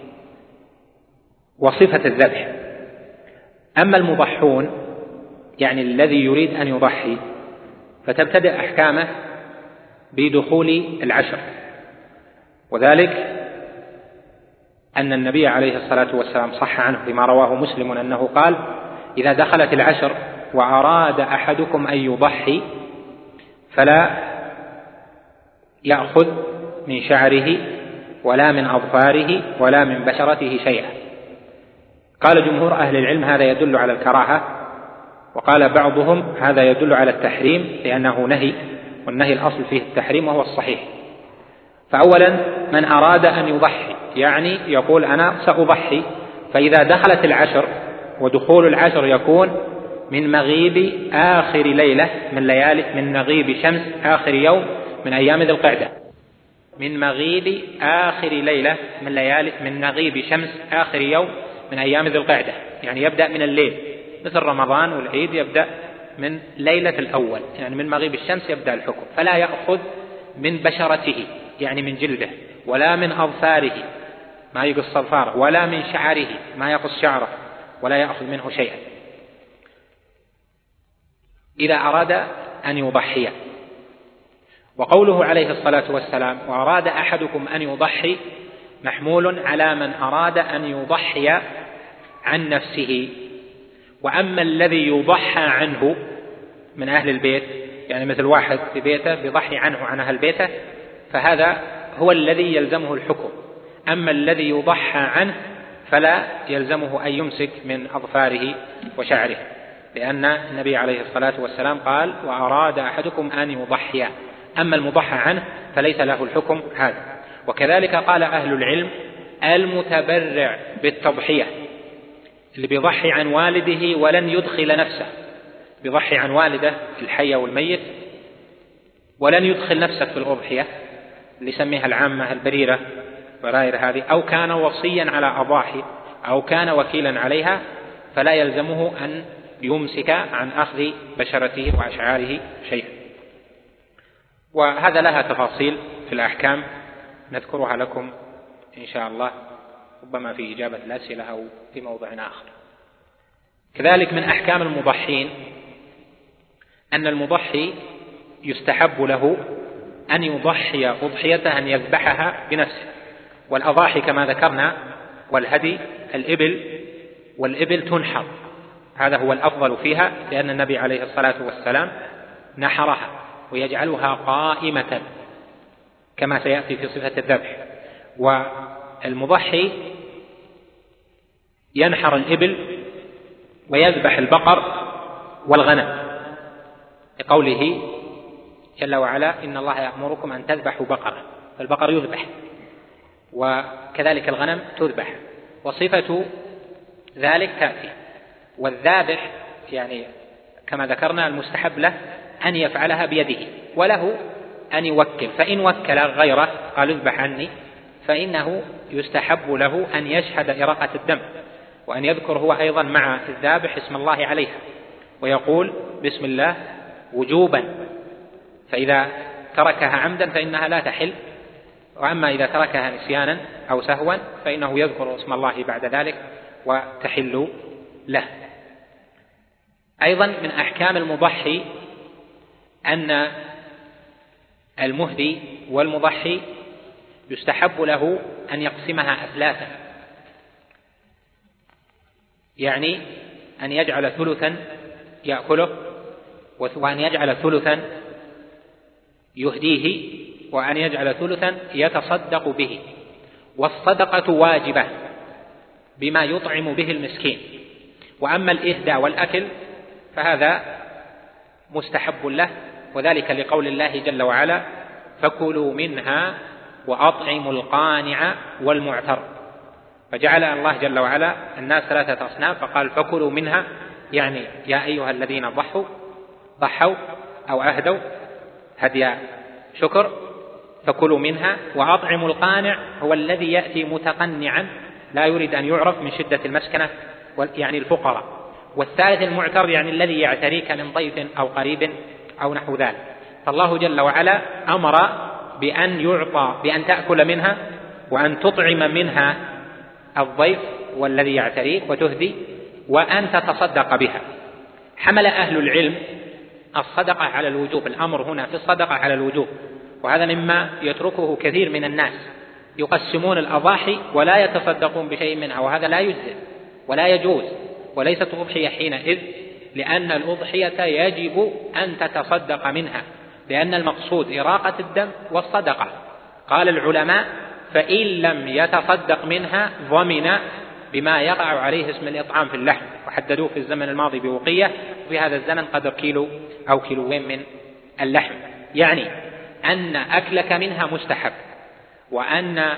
وصفة الذبح. أما المضحون يعني الذي يريد أن يضحي فتبتدأ أحكامه بدخول العشر، وذلك أن النبي عليه الصلاة والسلام صح عنه بما رواه مسلم أنه قال: إذا دخلت العشر وأراد أحدكم أن يضحي فلا يأخذ من شعره ولا من أظفاره ولا من بشرته شيئا. قال جمهور أهل العلم هذا يدل على الكراهة، وقال بعضهم هذا يدل على التحريم لأنه نهي، والنهي الأصل فيه التحريم وهو الصحيح. فأولا من أراد أن يضحي يعني يقول أنا سأضحي، فإذا دخلت العشر، ودخول العشر يكون من مغيب آخر ليلة من ليالي من مغيب شمس آخر يوم من أيام ذي القعدة، من مغيب آخر ليلة من ليالي من مغيب شمس آخر يوم من أيام ذي القعدة، يعني يبدأ من الليل، مثل رمضان والعيد يبدأ من ليلة الأول، يعني من مغيب الشمس يبدأ الحكم. فلا يأخذ من بشرته يعني من جلده، ولا من أظفاره ما يقص أظفاره، ولا من شعره ما يقص شعره، ولا يأخذ منه شيئا إذا أراد أن يضحي. وقوله عليه الصلاة والسلام: وأراد أحدكم أن يضحي، محمول على من أراد أن يضحي عن نفسه. وأما الذي يضحى عنه من أهل البيت، يعني مثل واحد في بيته يضحي عنه عن أهل بيته، فهذا هو الذي يلزمه الحكم. أما الذي يضحى عنه فلا يلزمه أن يمسك من أظفاره وشعره، لأن النبي عليه الصلاة والسلام قال: وأراد أحدكم أن يضحي. أما المضحى عنه فليس له الحكم هذا. وكذلك قال أهل العلم: المتبرع بالتضحية اللي بيضحي عن والده ولن يدخل نفسه، بيضحي عن والده الحي والميت ولن يدخل نفسه في الأضحية اللي يسميها العامة البريرة وغير هذه، أو كان وصيا على أضاحي أو كان وكيلا عليها، فلا يلزمه أن يمسك عن أخذ بشرته وأشعاره شيئا. وهذا لها تفاصيل في الأحكام نذكرها لكم إن شاء الله، ربما في إجابة الأسئلة أو في موضع آخر. كذلك من أحكام المضحين أن المضحي يستحب له أن يضحي أضحيته، أن يذبحها بنفسه. والأضاحي كما ذكرنا والهدي الإبل، والإبل تنحر، هذا هو الأفضل فيها، لأن النبي عليه الصلاة والسلام نحرها ويجعلها قائمة كما سيأتي في صفة الذبح. والمضحي ينحر الإبل ويذبح البقر والغنم، لقوله جل وعلا إن الله يأمركم أن تذبحوا بقرة، فالبقر يذبح وكذلك الغنم تذبح، وصفة ذلك تأتي. والذابح يعني كما ذكرنا المستحب له أن يفعلها بيده، وله أن يوكل، فإن وكل غيره قال اذبح عني فإنه يستحب له أن يشهد إراقة الدم، وأن يذكر هو أيضا مع الذابح اسم الله عليها، ويقول بسم الله وجوبا، فإذا تركها عمدا فإنها لا تحل، وأما إذا تركها نسيانا أو سهوا فإنه يذكر اسم الله بعد ذلك وتحل له. أيضا من أحكام المضحي أن المهدي والمضحي يستحب له أن يقسمها أثلاثا، يعني أن يجعل ثلثا يأكله، وأن يجعل ثلثا يهديه، وأن يجعل ثلثا يتصدق به. والصدقة واجبة بما يطعم به المسكين، وأما الإهداء والأكل فهذا مستحب له، وذلك لقول الله جل وعلا فكلوا منها وأطعموا القانع والمعتر، فجعل الله جل وعلا الناس ثلاثة أصناف، فقال فكلوا منها، يعني يا أيها الذين ضحوا ضحوا أو أهدوا هدي شكر فكلوا منها، وأطعموا القانع هو الذي يأتي متقنعا لا يريد أن يعرف من شدة المسكنة يعني الفقراء، والثالث المعتر يعني الذي يعتريك من ضيف أو قريب أو نحو ذلك. فالله جل وعلا أمر بأن يعطى بأن تأكل منها وأن تطعم منها الضيف والذي يعتريك وتهدي وأن تتصدق بها. حمل أهل العلم الصدقة على الوجوب، الأمر هنا في الصدقة على الوجوب، وهذا مما يتركه كثير من الناس، يقسمون الأضاحي ولا يتصدقون بشيء منها، وهذا لا يجزئ ولا يجوز، وليست أضحية حينئذ، لأن الأضحية يجب أن تتصدق منها، لأن المقصود إراقة الدم والصدقة. قال العلماء فإن لم يتصدق منها ضمن بما يقع عليه اسم الإطعام في اللحم، وحددوه في الزمن الماضي بوقية، وفي هذا الزمن قدر كيلو أو كيلوين من اللحم، يعني أن أكلك منها مستحب، وأن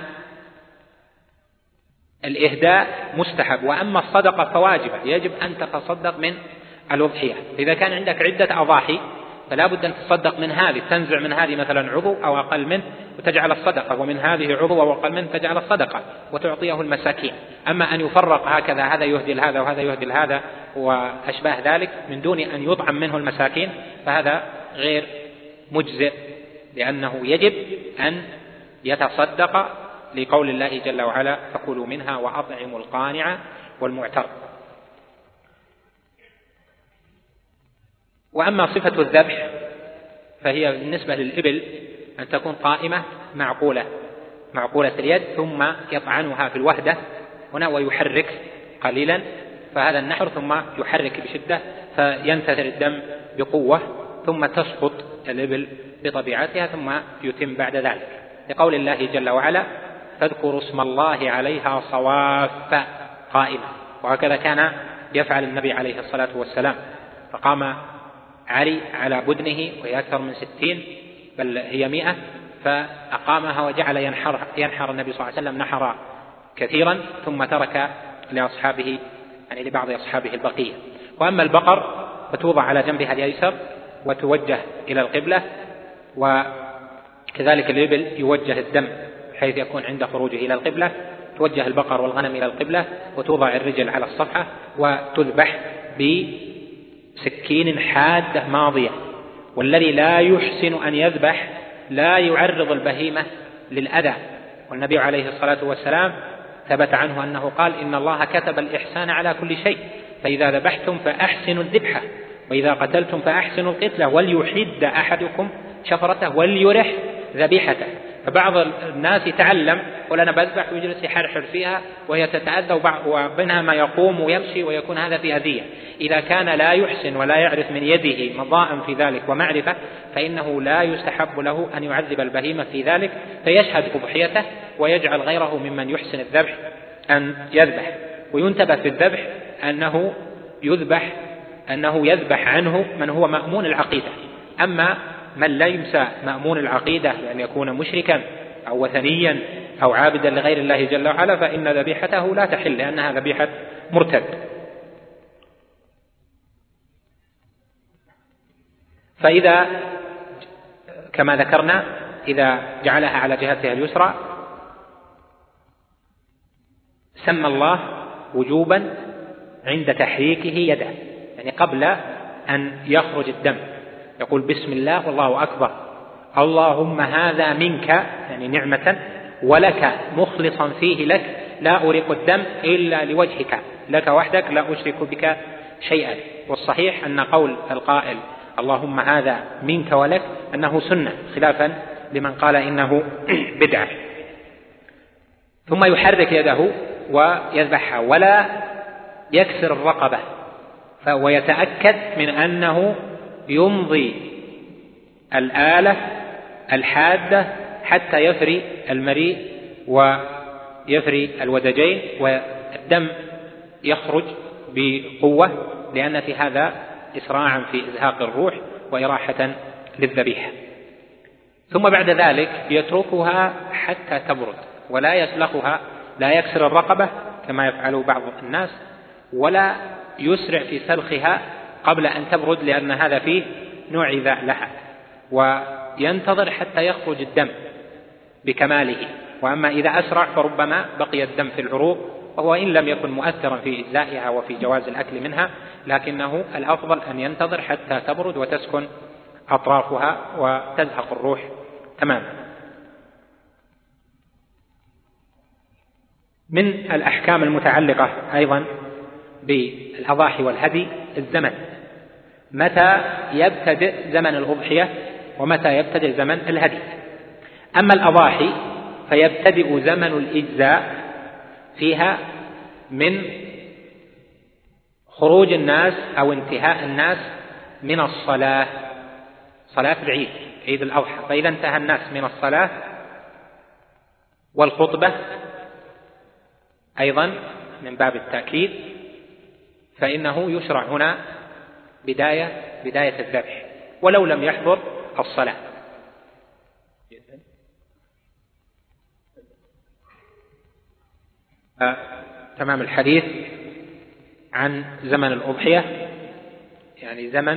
الإهداء مستحب، وأما الصدقة فواجبة، يجب أن تتصدق من الأضحية. إذا كان عندك عدة أضاحي فلا بد أن تصدق من هذه، تنزع من هذه مثلا عضو أو أقل منه وتجعل الصدقة، ومن هذه عضو أو أقل منه تجعل الصدقة وتعطيه المساكين. أما أن يفرق هكذا هذا يهدي لهذا وهذا يهدي لهذا وأشباه ذلك من دون أن يطعم منه المساكين فهذا غير مجزئ، لأنه يجب أن يتصدق لقول الله جل وعلا فكلوا منها وأطعموا القانع والمعتر. وأما صفة الذبح فهي بالنسبة للإبل أن تكون قائمة معقولة معقولة اليد، ثم يطعنها في الوهدة هنا ويحرك قليلا، فهذا النحر، ثم يحرك بشدة فينتثر الدم بقوة، ثم تسقط الإبل بطبيعتها، ثم يتم بعد ذلك، لقول الله جل وعلا فاذكروا اسم الله عليها صواف قائمة. وهكذا كان يفعل النبي عليه الصلاة والسلام، فقام علي على بدنه وهي أكثر من ستين بل هي مئة، فأقامها وجعل ينحر, ينحر النبي صلى الله عليه وسلم نحر كثيرا، ثم ترك لأصحابه يعني لبعض أصحابه البقية. وأما البقر فتوضع على جنبها اليسر وتوجه إلى القبلة، وكذلك الإبل يوجه الدم حيث يكون عند خروجه إلى القبلة، توجه البقر والغنم إلى القبلة، وتوضع الرجل على الصفحة وتذبح بسكين حادة ماضية، والذي لا يحسن أن يذبح لا يعرض البهيمة للأذى. والنبي عليه الصلاة والسلام ثبت عنه أنه قال: إن الله كتب الإحسان على كل شيء، فإذا ذبحتم فأحسنوا الذبحة، وإذا قتلتم فأحسنوا القتلة، وليحد أحدكم شفرته وليرح ذبيحته. فبعض الناس يتعلم يقول أنا بذبح ويجلس يحرحر فيها وهي تتأذى وبينها ما يقوم ويمشي ويكون هذا في أذية. إذا كان لا يحسن ولا يعرف من يده مضاء في ذلك ومعرفة فإنه لا يستحب له أن يعذب البهيمة في ذلك، فيشهد أضحيته ويجعل غيره ممن يحسن الذبح أن يذبح. وينتبه في الذبح أنه يذبح أنه يذبح عنه من هو مأمون العقيدة. أما من لا يمسى مأمون العقيدة لأن يكون مشركا أو وثنيا أو عابدا لغير الله جل وعلا فإن ذبيحته لا تحل لأنها ذبيحة مرتد. فإذا كما ذكرنا إذا جعلها على جهتها اليسرى سمى الله وجوبا عند تحريكه يده، يعني قبل أن يخرج الدم يقول بسم الله والله أكبر، اللهم هذا منك يعني نعمة ولك مخلصا فيه لك، لا أريق الدم إلا لوجهك، لك وحدك لا أشرك بك شيئا. والصحيح أن قول القائل اللهم هذا منك ولك أنه سنة، خلافا لمن قال إنه بدعة. ثم يحرك يده ويذبحها ولا يكسر الرقبة، ويتأكد من أنه يمضي الآلة الحادة حتى يفري المريء ويفري الودجين والدم يخرج بقوة، لأن في هذا إسراعا في إزهاق الروح وإراحة للذبيحة. ثم بعد ذلك يتركها حتى تبرد ولا يسلخها، لا يكسر الرقبة كما يفعل بعض الناس، ولا يسرع في سلخها قبل أن تبرد لأن هذا فيه نوع إيذاء لها، وينتظر حتى يخرج الدم بكماله. وأما إذا أسرع فربما بقي الدم في العروق، وهو إن لم يكن مؤثرا في إجزائها وفي جواز الأكل منها، لكنه الأفضل أن ينتظر حتى تبرد وتسكن أطرافها وتزهق الروح تماما. من الأحكام المتعلقة أيضا بالأضاحي والهدي الزمن، متى يبتدئ زمن الأضحية ومتى يبتدئ زمن الهدي. أما الأضاحي فيبتدئ زمن الإجزاء فيها من خروج الناس أو انتهاء الناس من الصلاة، صلاة العيد عيد الأضحى، فإذا انتهى الناس من الصلاة والخطبة أيضا من باب التأكيد، فإنه يشرع هنا بداية بداية الذبح ولو لم يحضر الصلاة. آه تمام الحديث عن زمن الأضحية، يعني زمن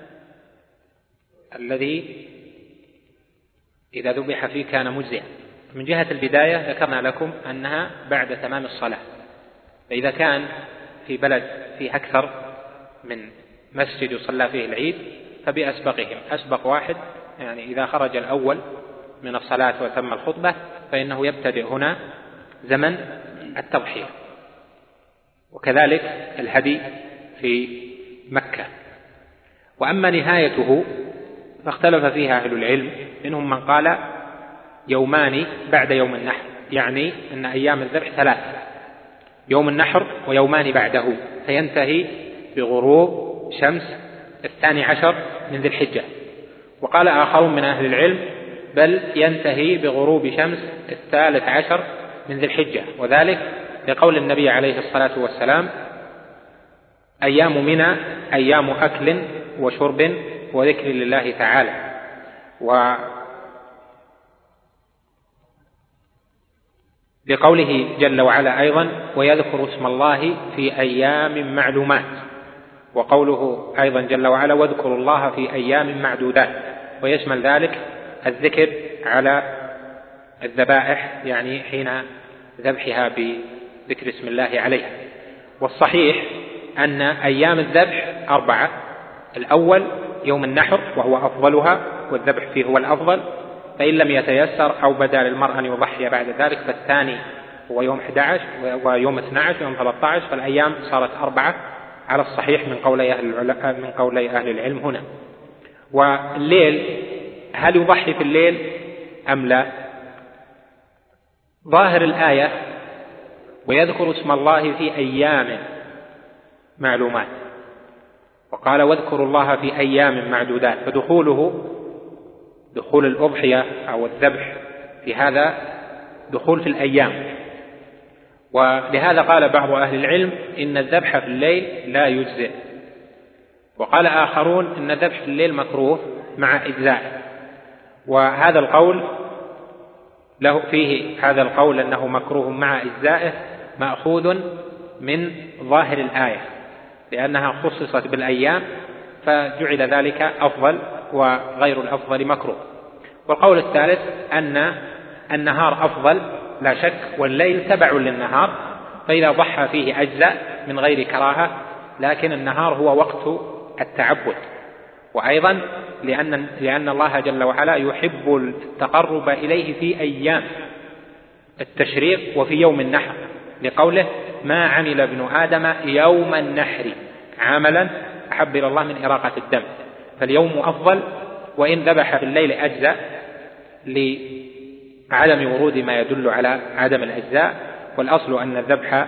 الذي إذا ذبح فيه كان مجزئا. من جهة البداية ذكرنا لكم أنها بعد تمام الصلاة، فإذا كان في بلد فيه أكثر من مسجد يصلى فيه العيد فبأسبقهم، أسبق واحد يعني إذا خرج الأول من الصلاة وتم الخطبة فإنه يبتدئ هنا زمن التضحية. وكذلك الهدي في مكة. وأما نهايته فاختلف فيها أهل العلم، منهم من قال يومان بعد يوم النحر، يعني أن أيام الذبح ثلاث، يوم النحر ويومان بعده، فينتهي بغروب شمس الثاني عشر من ذي الحجة. وقال آخرون من أهل العلم بل ينتهي بغروب شمس الثالث عشر من ذي الحجة، وذلك لقول النبي عليه الصلاة والسلام أيام منى أيام أكل وشرب وذكر لله تعالى. ولقوله جل وعلا أيضا ويذكر اسم الله في أيام معلومات، وقوله أيضا جل وعلا واذكروا الله في أيام معدودات، ويشمل ذلك الذكر على الذبائح يعني حين ذبحها بذكر اسم الله عليها. والصحيح أن أيام الذبح أربعة، الأول يوم النحر وهو أفضلها والذبح فيه هو الأفضل، فإن لم يتيسر أو بدا للمرء أن يضحي بعد ذلك فالثاني هو يوم أحد عشر ويوم اثني عشر ويوم ثلاثة عشر، فالأيام صارت أربعة على الصحيح من قولي أهل العلم, من قولي أهل العلم هنا. والليل هل يضحي في الليل أم لا؟ ظاهر الآية ويذكر اسم الله في أيام معلومات، وقال واذكروا الله في أيام معدودات، فدخوله دخول الأضحية أو الذبح في هذا دخول في الأيام. ولهذا قال بعض أهل العلم إن الذبح في الليل لا يجزئ، وقال آخرون إن الذبح في الليل مكروه مع إجزاء. وهذا القول له فيه هذا القول أنه مكروه مع إجزائه مأخوذ من ظاهر الآية لأنها خصصت بالأيام فجعل ذلك أفضل وغير الأفضل مكروه. والقول الثالث أن النهار أفضل لا شك، والليل تبع للنهار، فإذا ضحى فيه أجزاء من غير كراهة، لكن النهار هو وقت التعبد. وأيضا لأن, لأن الله جل وعلا يحب التقرب إليه في أيام التشريق وفي يوم النحر، لقوله ما عمل ابن آدم يوم النحر عملا أحب إلى الله من إراقة الدم، فاليوم أفضل، وإن ذبح في الليل أجزاء لعدم ورود ما يدل على عدم الأجزاء. والأصل أن الذبح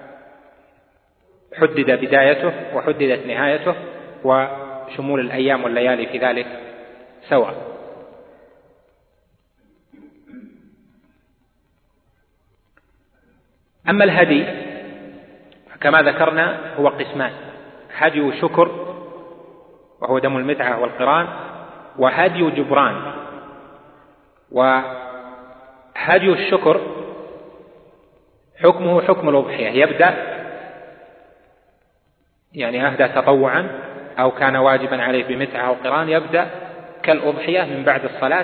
حدد بدايته وحددت نهايته، وشمول الأيام والليالي في ذلك سواء. أما الهدي كما ذكرنا هو قسمان: هدي شكر وهو دم المتعة والقران، وهدي جبران. وهدي الشكر حكمه حكم الأضحية، يبدأ يعني أهدى تطوعا أو كان واجبا عليه بمتعة أو قران، يبدأ كالأضحية من بعد الصلاة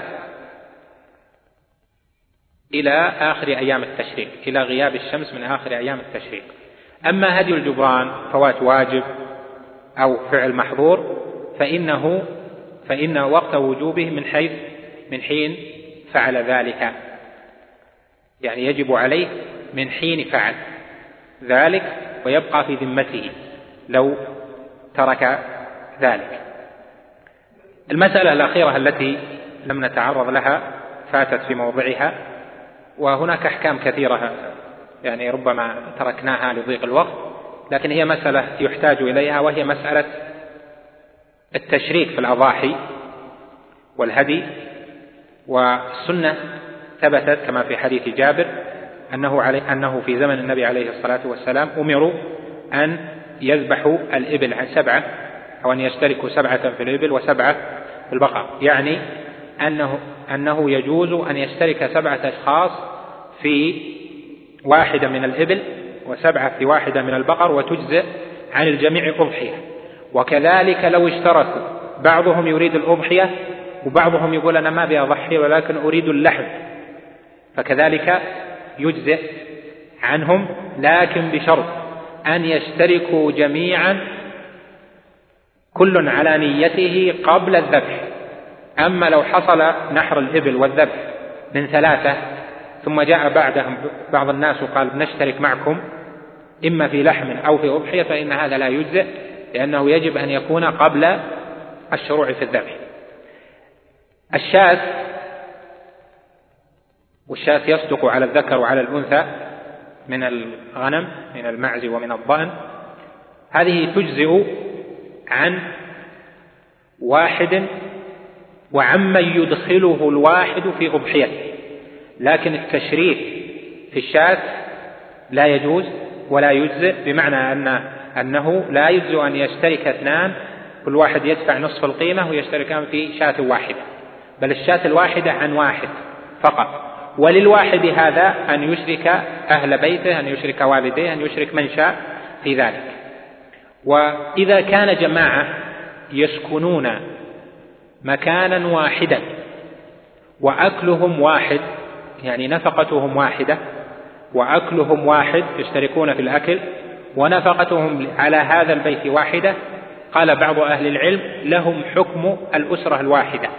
إلى آخر أيام التشريق، إلى غياب الشمس من آخر أيام التشريق. أما هدي الجبران فوات واجب أو فعل محظور فإنه فإن وقت وجوبه من حيث من حين فعل ذلك، يعني يجب عليه من حين فعل ذلك ويبقى في ذمته لو ترك ذلك. المسألة الأخيرة التي لم نتعرض لها فاتت في موضعها، وهناك أحكام كثيرة يعني ربما تركناها لضيق الوقت، لكن هي مسألة يحتاج إليها، وهي مسألة التشريك في الأضاحي والهدي. والسنة ثبتت كما في حديث جابر أنه, عليه أنه في زمن النبي عليه الصلاة والسلام أمروا أن يذبحوا الإبل عن سبعة، أو أن يشتركوا سبعة في الإبل وسبعة في البقر، يعني أنه, أنه يجوز أن يشترك سبعة أشخاص في واحدة من الإبل وسبعة في واحدة من البقر وتجزئ عن الجميع أضحية. وكذلك لو اشتركوا بعضهم يريد الأضحية وبعضهم يقول أنا ما أبي أضحي ولكن أريد اللحم، فكذلك يجزئ عنهم، لكن بشرط أن يشتركوا جميعا كل على نيته قبل الذبح. أما لو حصل نحر الإبل والذبح من ثلاثة ثم جاء بعدهم بعض الناس وقال نشترك معكم إما في لحم أو في أضحية، فإن هذا لا يجزئ، لأنه يجب أن يكون قبل الشروع في الذبح. الشاة، والشاة يصدق على الذكر وعلى الأنثى من الغنم من المعز ومن الضأن، هذه تجزئ عن واحد وعمن يدخله الواحد في أضحيته، لكن التشريك في الشاة لا يجوز ولا يجزئ، بمعنى أن أنه لا يجوز أن يشترك اثنان كل واحد يدفع نصف القيمة ويشتركان في شاة واحدة، بل الشاة الواحدة عن واحد فقط. وللواحد هذا أن يشرك أهل بيته، أن يشرك والديه، أن يشرك من شاء في ذلك. وإذا كان جماعة يسكنون مكانا واحدا وأكلهم واحد، يعني نفقتهم واحدة وأكلهم واحد، يشتركون في الأكل ونفقتهم على هذا البيت واحدة، قال بعض أهل العلم لهم حكم الأسرة الواحدة،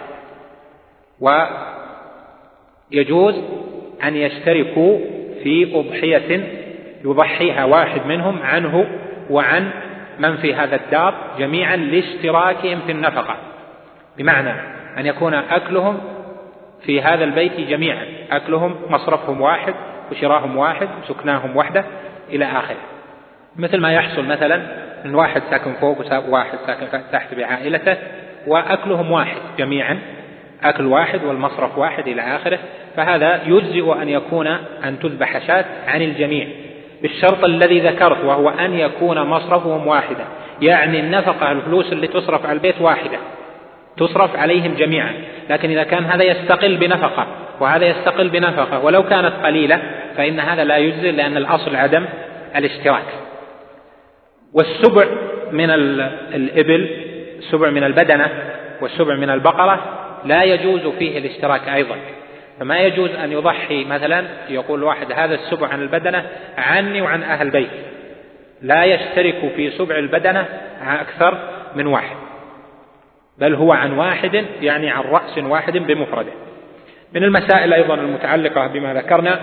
ويجوز أن يشتركوا في أضحية يضحيها واحد منهم عنه وعن من في هذا الدار جميعا لاشتراكهم في النفقة، بمعنى أن يكون أكلهم في هذا البيت جميعا، أكلهم مصرفهم واحد وشراهم واحد وسكناهم واحدة إلى آخره، مثل ما يحصل مثلا من واحد ساكن فوق وواحد ساكن تحت بعائلته وأكلهم واحد جميعا، أكل واحد والمصرف واحد إلى آخره. فهذا يجزئ أن يكون أن تذبح شاة عن الجميع بالشرط الذي ذكرت، وهو أن يكون مصرفهم واحدا، يعني النفقة الفلوس اللي تصرف على البيت واحدة تصرف عليهم جميعا. لكن إذا كان هذا يستقل بنفقة وهذا يستقل بنفقة ولو كانت قليلة فإن هذا لا يجزئ، لأن الأصل عدم الاشتراك. والسبع من الإبل، السبع من البدنة والسبع من البقرة لا يجوز فيه الاشتراك أيضا، فما يجوز أن يضحي مثلا يقول واحد هذا السبع عن البدنة عني وعن أهل بيت، لا يشترك في سبع البدنة أكثر من واحد، بل هو عن واحد، يعني عن رأس واحد بمفرده. من المسائل أيضا المتعلقة بما ذكرنا،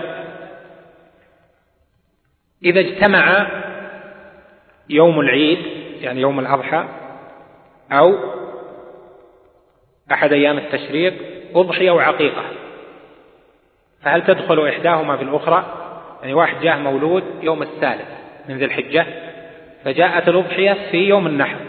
إذا اجتمع يوم العيد يعني يوم الأضحى أو أحد أيام التشريق أضحية وعقيقة، فهل تدخل إحداهما في الأخرى؟ يعني واحد جاء مولود يوم الثالث من ذي الحجة فجاءت الأضحية في يوم النحر،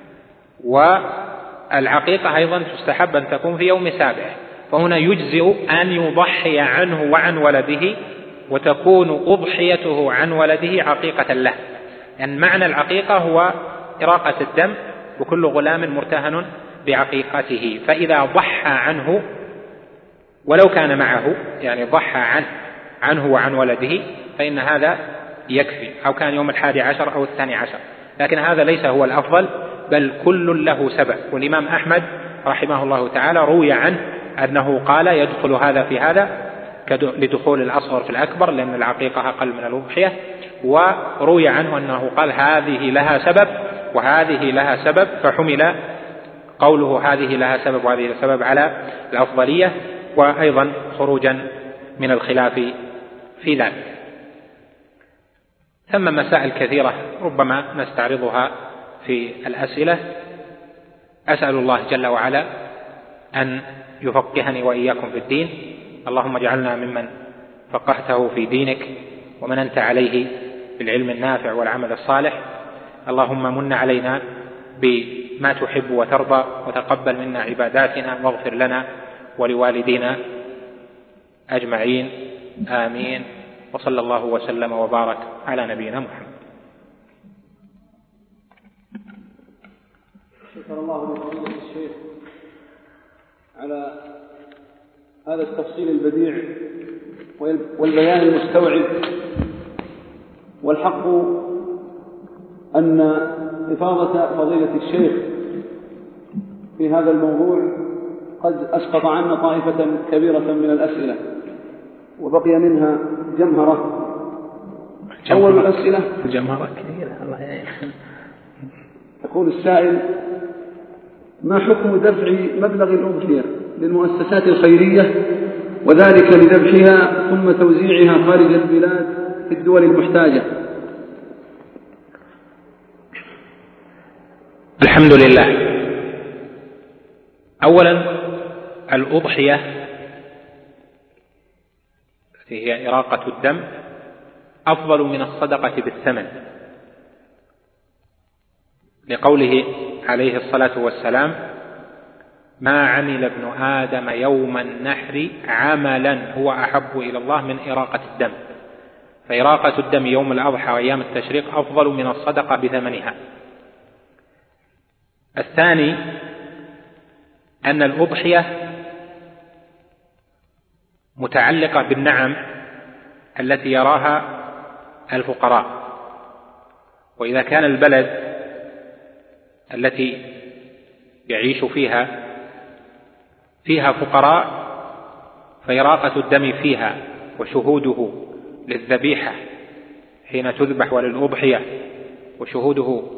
والعقيقة أيضا تستحب أن تكون في يوم سابع، فهنا يجزئ أن يضحي عنه وعن ولده وتكون أضحيته عن ولده عقيقة له، لأن يعني معنى العقيقة هو إراقة الدم، وكل غلام مرتهن بعقيقته، فإذا ضحى عنه ولو كان معه يعني ضحى عنه عنه وعن ولده فإن هذا يكفي، أو كان يوم الحادي عشر أو الثاني عشر، لكن هذا ليس هو الأفضل، بل كل له سبب. والإمام أحمد رحمه الله تعالى روي عنه أنه قال يدخل هذا في هذا لدخول الأصغر في الأكبر، لأن العقيقة أقل من الأضحية، وروي عنه أنه قال هذه لها سبب وهذه لها سبب، فحمل قوله هذه لها سبب وهذه لها سبب على الأفضلية، وأيضا خروجا من الخلاف في ذلك. ثم مسائل كثيرة ربما نستعرضها في الأسئلة. أسأل الله جل وعلا أن يفقهني وإياكم في الدين، اللهم اجعلنا ممن فقهته في دينك ومن أنت عليه بالعلم النافع والعمل الصالح. اللهم من علينا بما تحب وترضى، وتقبل منا عباداتنا، واغفر لنا ولوالدينا أجمعين، آمين. وصلى الله وسلم وبارك على نبينا محمد. شكر الله لفضيلة الشيخ على هذا التفصيل البديع والبيان المستوعب. والحق أن إفاضة فضيلة الشيخ في هذا الموضوع قد أسقط عنا طائفة كبيرة من الأسئلة، وبقي منها جمهرة. أول الأسئلة جمهرة كثيرة الله يعين. يقول السائل: ما حكم دفع مبلغ الأضحية للمؤسسات الخيرية، وذلك لذبحها ثم توزيعها خارج البلاد في الدول المحتاجة؟ الحمد لله. أولا الأضحية التي هي إراقة الدم أفضل من الصدقة بالثمن، لقوله عليه الصلاة والسلام: ما عمل ابن آدم يوم النحر عملا هو أحب إلى الله من إراقة الدم، فإراقة الدم يوم الأضحى وأيام التشريق أفضل من الصدقة بثمنها. الثاني أن الأضحية متعلقة بالنعم التي يراها الفقراء، وإذا كان البلد التي يعيش فيها فيها فقراء فإراقة الدم فيها وشهوده للذبيحة حين تذبح وللأضحية وشهوده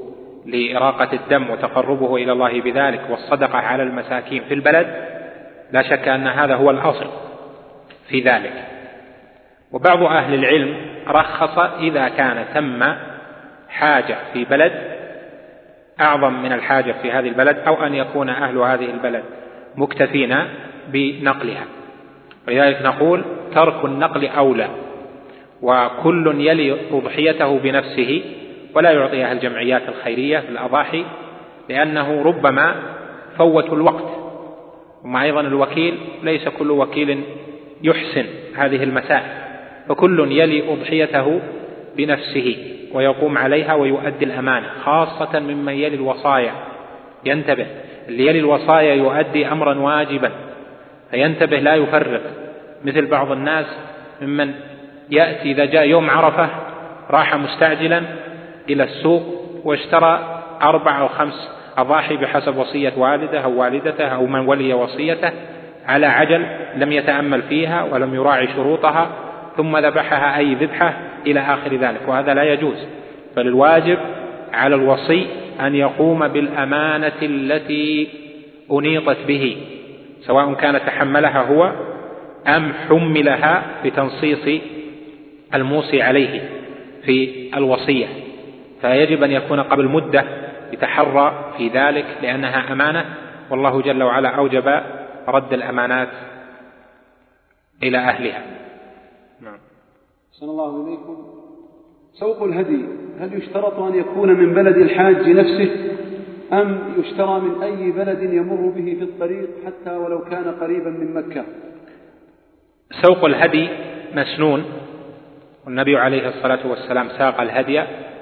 لإراقة الدم وتقربه إلى الله بذلك والصدقة على المساكين في البلد، لا شك أن هذا هو الأصل في ذلك. وبعض أهل العلم رخص إذا كان ثم حاجة في بلد أعظم من الحاجة في هذه البلد، أو أن يكون أهل هذه البلد مكتفين بنقلها، ولذلك نقول ترك النقل أولى، وكل يلي أضحيته بنفسه ولا يعطيها الجمعيات الخيرية في الأضاحي، لأنه ربما فوت الوقت. وما أيضا الوكيل ليس كل وكيل يحسن هذه المسائل، فكل يلي أضحيته بنفسه ويقوم عليها ويؤدي الأمانة، خاصة ممن يلي الوصايا. ينتبه، اللي يلي الوصايا يؤدي أمرا واجبا فينتبه لا يفرق، مثل بعض الناس ممن يأتي إذا جاء يوم عرفة راح مستعجلا إلى السوق واشترى أربع أو خمس أضاحي بحسب وصية والده أو والدته أو من ولي وصيته على عجل، لم يتأمل فيها ولم يراعي شروطها، ثم ذبحها أي ذبحة إلى آخر ذلك، وهذا لا يجوز. فالواجب على الوصي أن يقوم بالأمانة التي أنيطت به، سواء كان تحملها هو أم حملها بتنصيص الموصي عليه في الوصية، فيجب أن يكون قبل مدة يتحرى في ذلك لأنها أمانة، والله جل وعلا أوجب رد الأمانات إلى أهلها. نعم. صلى الله عليكم. سوق الهدي هل يشترط أن يكون من بلد الحاج نفسه أم يشترى من أي بلد يمر به في الطريق حتى ولو كان قريبا من مكة؟ سوق الهدي مسنون، والنبي عليه الصلاة والسلام ساق الهدي،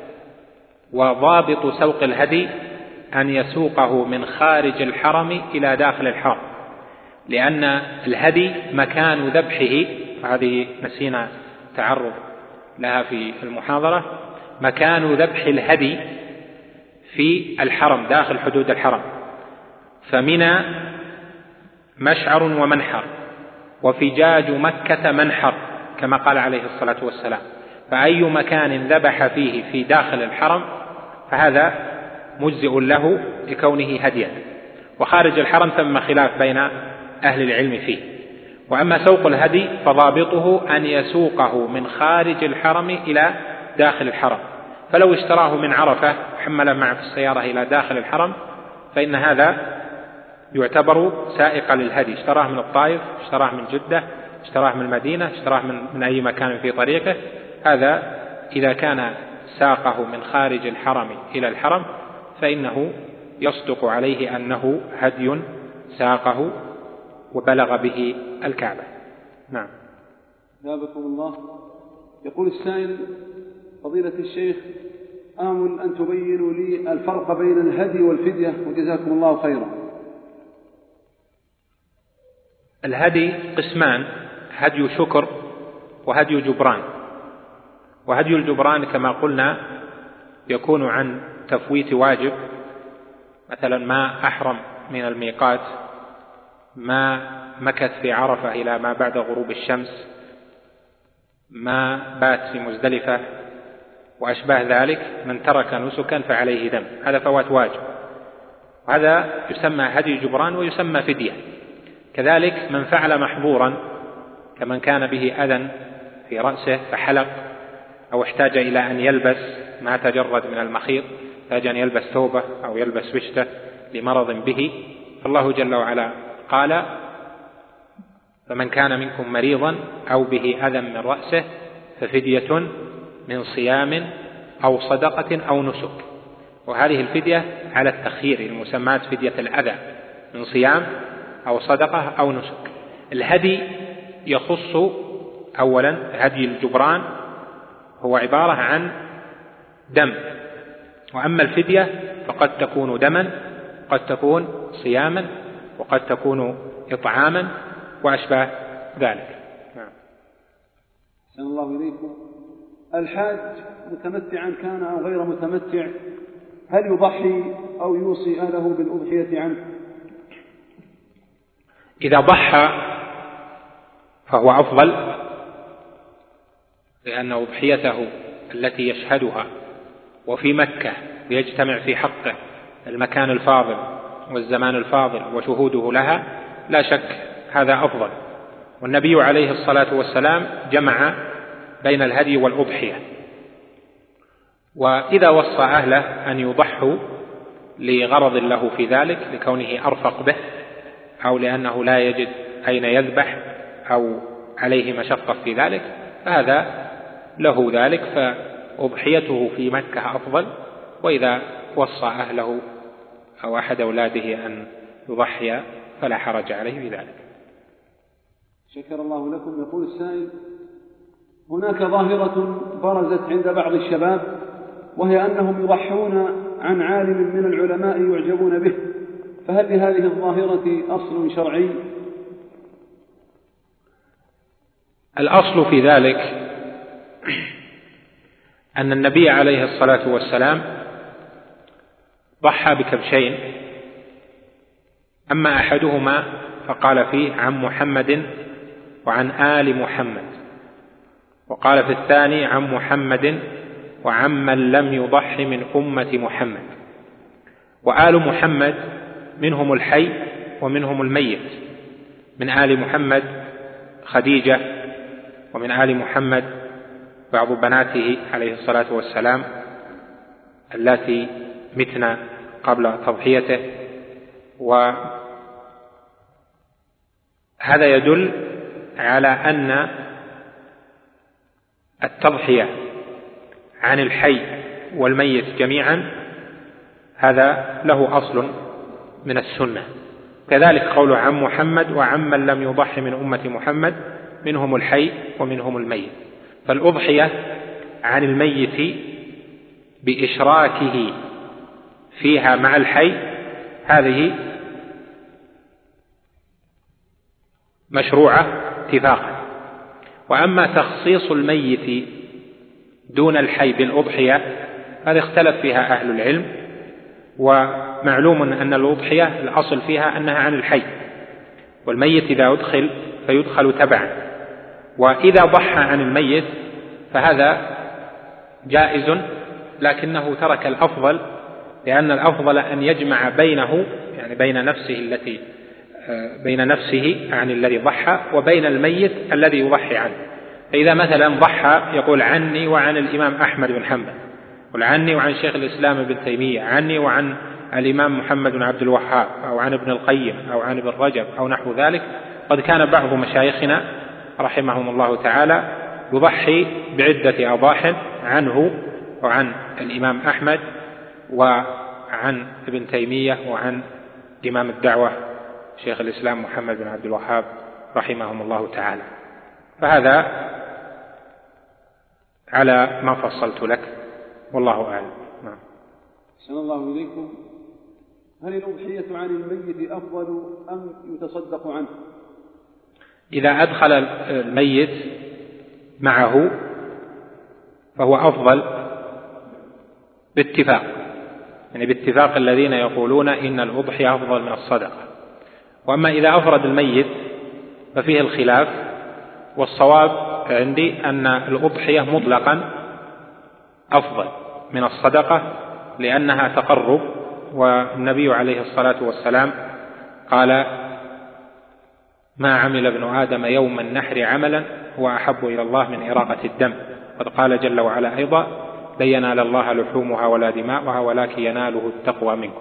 وضابط سوق الهدي أن يسوقه من خارج الحرم إلى داخل الحرم، لأن الهدي مكان ذبحه، هذه نسينا تعرض لها في المحاضرة، مكان ذبح الهدي في الحرم داخل حدود الحرم، فمنى مشعر ومنحر، وفجاج مكة منحر كما قال عليه الصلاة والسلام، فأي مكان ذبح فيه في داخل الحرم فهذا مجزئ له لكونه هديا، وخارج الحرم ثم خلاف بين أهل العلم فيه. وأما سوق الهدي فضابطه أن يسوقه من خارج الحرم إلى داخل الحرم، فلو اشتراه من عرفة حمل معه في السيارة إلى داخل الحرم فإن هذا يعتبر سائقا للهدي، اشتراه من الطائف، اشتراه من جدة، اشتراه من المدينة، اشتراه من, من أي مكان في طريقه، هذا إذا كان ساقه من خارج الحرم إلى الحرم فإنه يصدق عليه أنه هدي ساقه وبلغ به الكعبة. نعم. ثابكم الله. يقول السائل: فضيلة الشيخ، آمل أن تبينوا لي الفرق بين الهدي والفدية وجزاكم الله خيرا. الهدي قسمان: هدي شكر وهدي جبران. وهدي الجبران كما قلنا يكون عن تفويت واجب، مثلا ما أحرم من الميقات، ما مكث في عرفة إلى ما بعد غروب الشمس، ما بات في مزدلفة وأشباه ذلك، من ترك نسكا فعليه دم، هذا فوات واجب، وهذا يسمى هدي جبران ويسمى فدية. كذلك من فعل محظورا كمن كان به أذى في رأسه فحلق، أو احتاج إلى أن يلبس ما تجرد من المخيط، احتاج أن يلبس ثوبه أو يلبس وشته لمرض به، فالله جل وعلا قال: فمن كان منكم مريضا أو به أذى من رأسه ففدية من صيام أو صدقة أو نسك. وهذه الفدية على التخيير، المسمات فدية الأذى، من صيام أو صدقة أو نسك. الهدي يخص أولا هدي الجبران هو عبارة عن دم، وأما الفدية فقد تكون دما، قد تكون صياما، وقد تكون إطعاما وأشباه ذلك. نعم. أحسن الله إليكم. الحاج متمتعا كان أو غير متمتع، هل يضحي أو يوصي أهله بالأضحية عنه؟ إذا ضحى فهو أفضل، لأن أضحيته التي يشهدها وفي مكة ليجتمع في حقه المكان الفاضل والزمان الفاضل وشهوده لها، لا شك هذا أفضل. والنبي عليه الصلاة والسلام جمع بين الهدي والأضحية، وإذا وصى أهله أن يضحوا لغرض له في ذلك، لكونه أرفق به أو لأنه لا يجد أين يذبح أو عليه مشقة في ذلك، فهذا له ذلك، فأضحيته في مكة أفضل. وإذا وصى أهله أو أحد أولاده أن يضحي فلا حرج عليه بذلك. شكر الله لكم. يقول السائل: هناك ظاهرة برزت عند بعض الشباب، وهي أنهم يضحون عن عالم من العلماء يعجبون به، فهل لهذه الظاهرة أصل شرعي؟ الأصل في ذلك أن النبي عليه الصلاة والسلام ضحى بكبشين، أما أحدهما فقال فيه عن محمد وعن آل محمد، وقال في الثاني عن محمد وعمن لم يضح من أمة محمد. وآل محمد منهم الحي ومنهم الميت، من آل محمد خديجة، ومن آل محمد بعض بناته عليه الصلاة والسلام اللاتي متن قبل تضحيته. وهذا يدل على أن التضحية عن الحي والميت جميعا هذا له أصل من السنة. كذلك قوله عن محمد وعمن لم يضح من أمة محمد، منهم الحي ومنهم الميت. فالأضحية عن الميت بإشراكه فيها مع الحي هذه مشروعة اتفاقا. وأما تخصيص الميت دون الحي بالأضحية هذا اختلف فيها أهل العلم، ومعلوم أن الأضحية الأصل فيها أنها عن الحي، والميت إذا أدخل فيدخل تبعا. وإذا ضحى عن الميت فهذا جائز، لكنه ترك الأفضل، لأن الأفضل أن يجمع بينه، يعني بين نفسه التي بين نفسه عن الذي ضحى وبين الميت الذي يضحي عنه. فإذا مثلا ضحى يقول عني وعن الإمام أحمد بن حنبل، يقول عني وعن شيخ الإسلام ابن تيمية، عني وعن الإمام محمد بن عبد الوهاب، أو عن ابن القيم، أو عن ابن رجب، أو نحو ذلك. قد كان بعض مشايخنا رحمهم الله تعالى يضحي بعدة أضاح عنه وعن الإمام أحمد وعن ابن تيمية وعن إمام الدعوة شيخ الإسلام محمد بن عبد الوهاب رحمهم الله تعالى. فهذا على ما فصلت لك، والله أعلم. نعم. أحسن الله إليكم. هل الأضحية عن الميت أفضل أم يتصدق عنه؟ إذا أدخل الميت معه فهو أفضل باتفاق، يعني باتفاق الذين يقولون إن الأضحية أفضل من الصدقة. وأما إذا أفرد الميت ففيه الخلاف، والصواب عندي أن الأضحية مطلقا أفضل من الصدقة، لأنها تقرب. والنبي عليه الصلاة والسلام قال ما عمل ابن آدم يوم النحر عملا هو أحب إلى الله من إراقة الدم. قد قال جل وعلا أيضا لن ينال الله لحومها ولا دماؤها ولكن يناله التقوى منكم.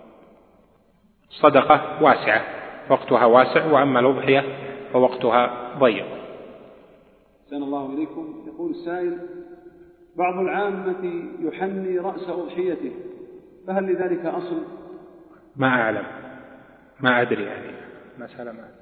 الصدقة واسعة، وقتها واسع، وأما الأضحية فوقتها ضيق. أحسن الله إليكم. يقول السائل: بعض العامة يحني رأس أضحيته، فهل لذلك أصل؟ ما أعلم، ما أدري، يعني مسألة ما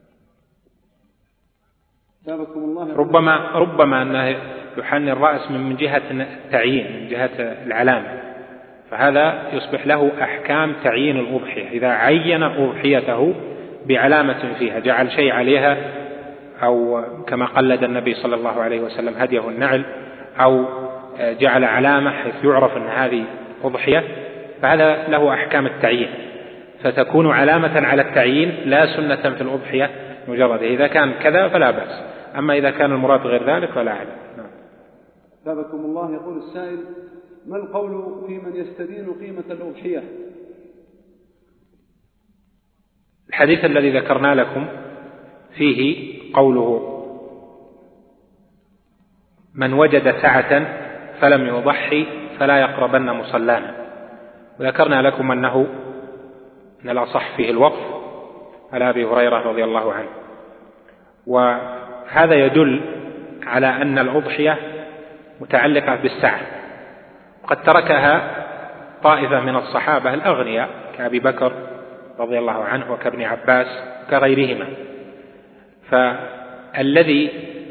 ثابكم الله. ربما ربما أنه يحني الرأس من جهة التعيين، من جهة العلامة، فهذا يصبح له أحكام تعيين الأضحية. إذا عين أضحيته بعلامة فيها، جعل شيء عليها، أو كما قلد النبي صلى الله عليه وسلم هديه النعل، أو جعل علامة حيث يعرف أن هذه أضحية، فهذا له أحكام التعيين، فتكون علامة على التعيين لا سنة في الأضحية مجرد. إذا كان كذا فلا بأس، أما إذا كان المراد غير ذلك فلا أعلم. ثابكم الله. يقول السائل: ما القول في من يستدين قيمة الأضحية؟ الحديث الذي ذكرنا لكم فيه قوله من وجد سعة فلم يضحي فلا يقربن مصلانا، وذكرنا لكم أنه من الأصح فيه الوقف على أبي هريرة رضي الله عنه، وهذا يدل على أن الأضحية متعلقة بالسعة، وقد تركها طائفة من الصحابة الأغنياء كأبي بكر رضي الله عنه وكابن عباس كغيرهما. فالذي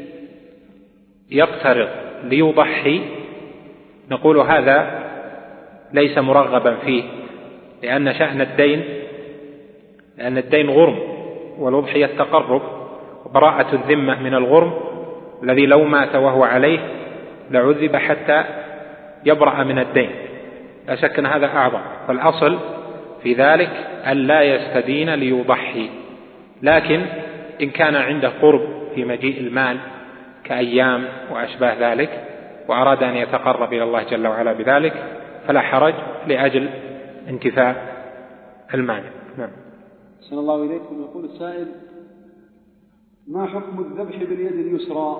يقترض ليضحي نقول هذا ليس مرغبا فيه، لأن شأن الدين لأن الدين غرم، والأضحية تقرب وبراءة الذمة من الغرم الذي لو مات وهو عليه لعذب حتى يبرأ من الدين، لا شك أن هذا أعظم. فالأصل في ذلك أن لا يستدين ليضحي، لكن إن كان عنده قرب في مجيء المال كأيام وأشباه ذلك وأراد أن يتقرب إلى الله جل وعلا بذلك فلا حرج لأجل انتفاء المال. نعم. أحسن الله إليكم. يقول السائل: ما حكم الذبح باليد اليسرى؟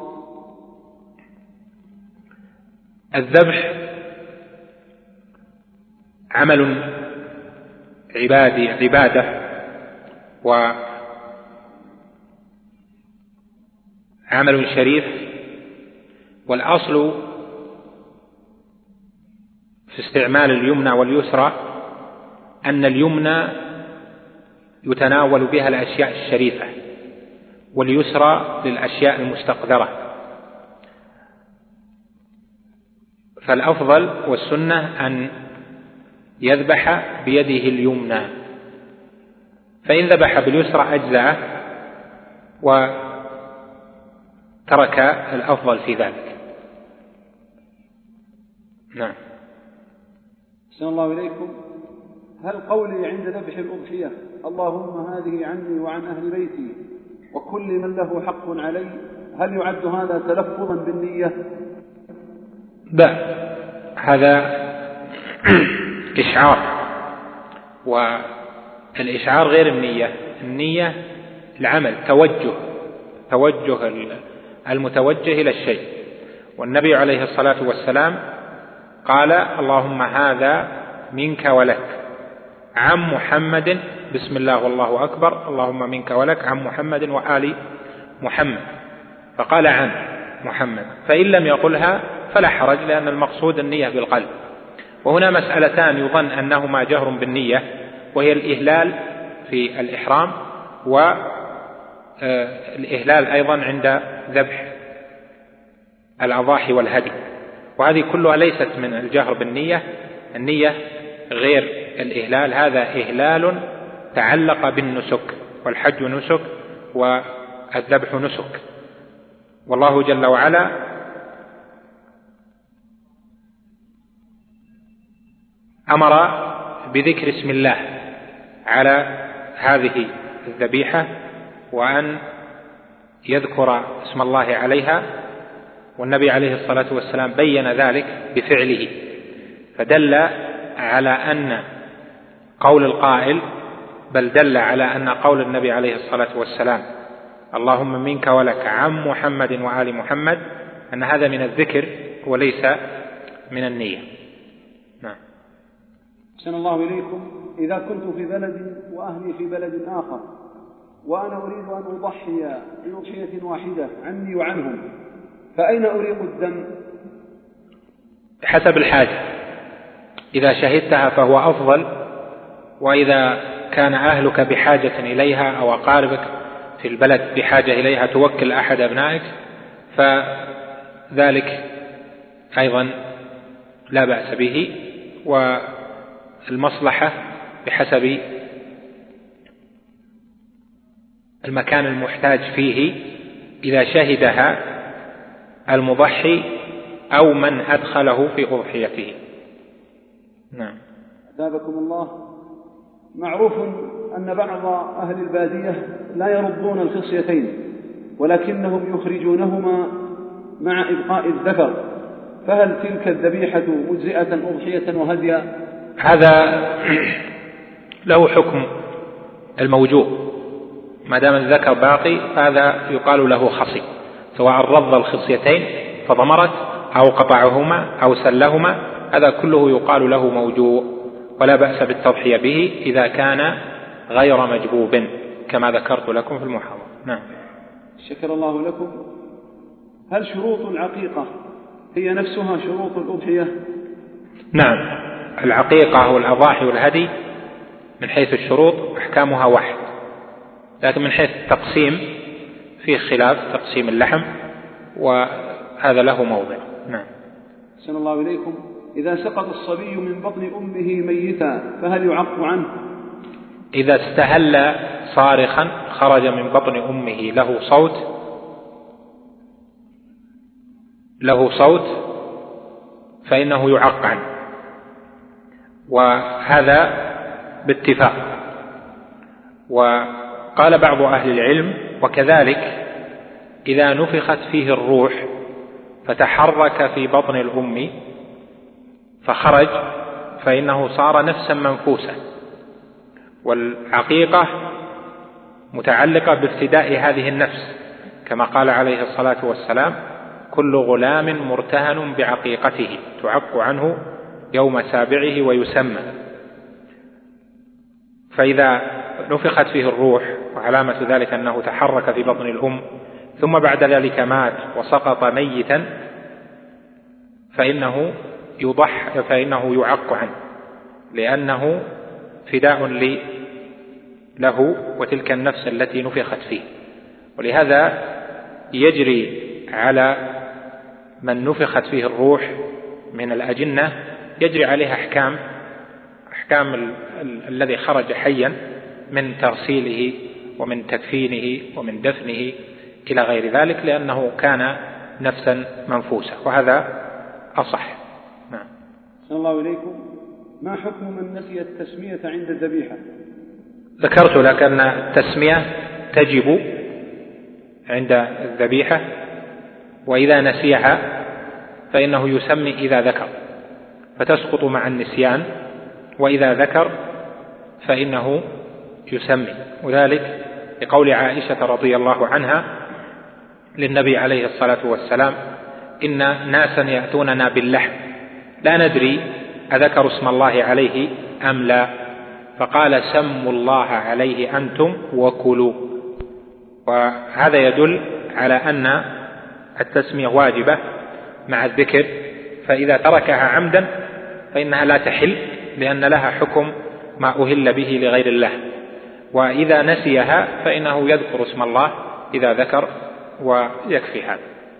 الذبح عمل عبادي عبادة وعمل شريف، والأصل في استعمال اليمنى واليسرى أن اليمنى يتناول بها الأشياء الشريفة، واليسرى للأشياء المستقذرة، فالأفضل والسنة أن يذبح بيده اليمنى، فإن ذبح باليسرى أجزأه وترك الأفضل في ذلك. نعم. أحسن الله إليكم. هل قولي عند ذبح الأضحية اللهم هذه عني وعن أهل بيتي وكل من له حق علي، هل يعد هذا تلفظا بالنية؟ لا، هذا إشعار، والإشعار غير النية. النية العمل، توجه توجه المتوجه إلى الشيء، والنبي عليه الصلاة والسلام قال اللهم هذا منك ولك عن محمد بسم الله والله أكبر، اللهم منك ولك عن محمد وآل محمد، فقال عن محمد، فإن لم يقلها فلا حرج، لأن المقصود النية بالقلب. وهنا مسألتان يظن أنهما جهر بالنية، وهي الإهلال في الإحرام والإهلال أيضا عند ذبح الأضاحي والهدي، وهذه كلها ليست من الجهر بالنية. النية غير الإهلال، هذا إهلال تعلق بالنسك، والحج نسك والذبح نسك، والله جل وعلا أمر بذكر اسم الله على هذه الذبيحة، وأن يذكر اسم الله عليها، والنبي عليه الصلاة والسلام بين ذلك بفعله، فدل على أن قول القائل بل دل على أن قول النبي عليه الصلاة والسلام اللهم منك ولك عن محمد وآل محمد أن هذا من الذكر وليس من النية. نعم. أحسن الله إليكم. إذا كنت في بلد وأهلي في بلد آخر وأنا أريد أن أضحي بأضحية واحدة عني وعنهم، فأين أريق الدم؟ حسب الحاجة، إذا شهدتها فهو أفضل، وإذا كان أهلك بحاجة إليها أو أقاربك في البلد بحاجة إليها توكل أحد أبنائك فذلك أيضا لا بأس به، والمصلحة بحسب المكان المحتاج فيه إذا شهدها المضحي أو من أدخله في أضحيته. نعم. أثابكم الله. معروف أن بعض أهل البادية لا يرضون الخصيتين، ولكنهم يخرجونهما مع إبقاء الذكر، فهل تلك الذبيحة مجزئة أضحية وهديا؟ هذا له حكم الموجوب، ما دام الذكر باقي هذا يقال له خصي، سواء رض الخصيتين فضمرت أو قطعهما أو سلهما، هذا كله يقال له موجوب، ولا بأس بالتضحية به إذا كان غير مجبوب كما ذكرت لكم في المحاضرة. نعم. شكر الله لكم. هل شروط العقيقة هي نفسها شروط الأضحية؟ نعم، العقيقة والأضاحي والهدي من حيث الشروط أحكامها واحد، لكن من حيث التقسيم فيه خلاف، تقسيم اللحم وهذا له موضع. نعم. أحسن الله إليكم. إذا سقط الصبي من بطن أمه ميتا فهل يعق عنه؟ إذا استهل صارخا خرج من بطن أمه له صوت له صوت فإنه يعق عنه، وهذا باتفاق. وقال بعض أهل العلم وكذلك إذا نفخت فيه الروح فتحرك في بطن الأم فخرج فإنه صار نفسا منفوسا، والعقيقة متعلقة بافتداء هذه النفس كما قال عليه الصلاة والسلام: كل غلام مرتهن بعقيقته تعق عنه يوم سابعه ويسمى. فإذا نفخت فيه الروح وعلامة ذلك أنه تحرك في بطن الأم ثم بعد ذلك مات وسقط ميتا فإنه يضح فإنه يعق عنه، لأنه فداء له وتلك النفس التي نفخت فيه. ولهذا يجري على من نفخت فيه الروح من الأجنة يجري عليه أحكام أحكام ال ال الذي خرج حيا من تغسيله ومن تكفينه ومن دفنه إلى غير ذلك، لأنه كان نفسا منفوسة، وهذا أصح. نعم. صلى الله إليكم. ما حكم من نسي التسمية عند الذبيحة؟ ذكرت لك أن التسمية تجب عند الذبيحة، وإذا نسيها فإنه يسمي إذا ذكر فتسقط مع النسيان، وإذا ذكر فإنه يسمي، وذلك لقول عائشة رضي الله عنها للنبي عليه الصلاة والسلام: إن ناسا يأتوننا باللحم لا ندري أذكر اسم الله عليه أم لا، فقال: سموا الله عليه أنتم وكلوا. وهذا يدل على أن التسمية واجبة مع الذكر، فإذا تركها عمدا فإنها لا تحل، لأن لها حكم ما أهل به لغير الله، وإذا نسيها فإنه يذكر اسم الله إذا ذكر ويكفي هذا.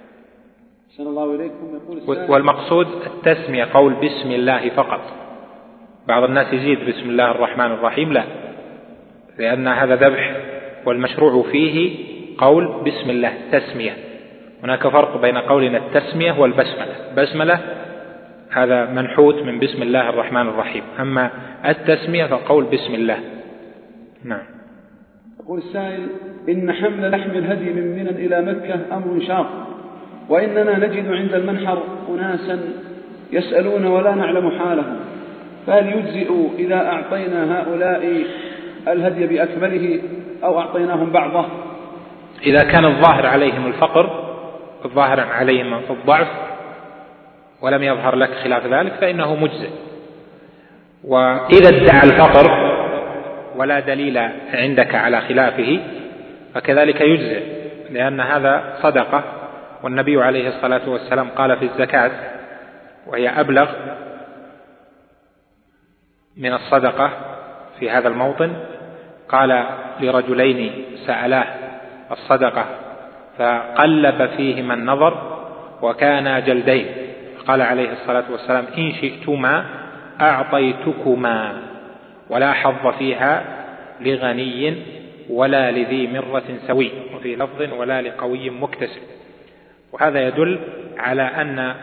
والمقصود التسمية قول بسم الله فقط. بعض الناس يزيد بسم الله الرحمن الرحيم، لا، لأن هذا ذبح، والمشروع فيه قول بسم الله تسمية. هناك فرق بين قولنا التسمية والبسملة. بسملة هذا منحوت من بسم الله الرحمن الرحيم، أما التسمية فقول بسم الله. نعم. يقول السائل: إن حمل لحم الهدي من منى إلى مكة أمر شاق، وإننا نجد عند المنحر أناسا يسألون ولا نعلم حالهم، فهل يجزئ إذا أعطينا هؤلاء الهدي بأكمله أو أعطيناهم بعضه؟ إذا كان الظاهر عليهم الفقر، الظاهر عليهم الضعف، ولم يظهر لك خلاف ذلك فإنه مجزئ. وإذا ادعى الفقر ولا دليل عندك على خلافه فكذلك يجزئ، لأن هذا صدقة، والنبي عليه الصلاة والسلام قال في الزكاة وهي أبلغ من الصدقة في هذا الموطن، قال لرجلين سألاه الصدقة فقلب فيهما النظر وكانا جلدين، قال عليه الصلاة والسلام: إن شئتما أعطيتكما، ولا حظ فيها لغني ولا لذي مرة سوي، وفي لفظ ولا لقوي مكتسب. وهذا يدل على أن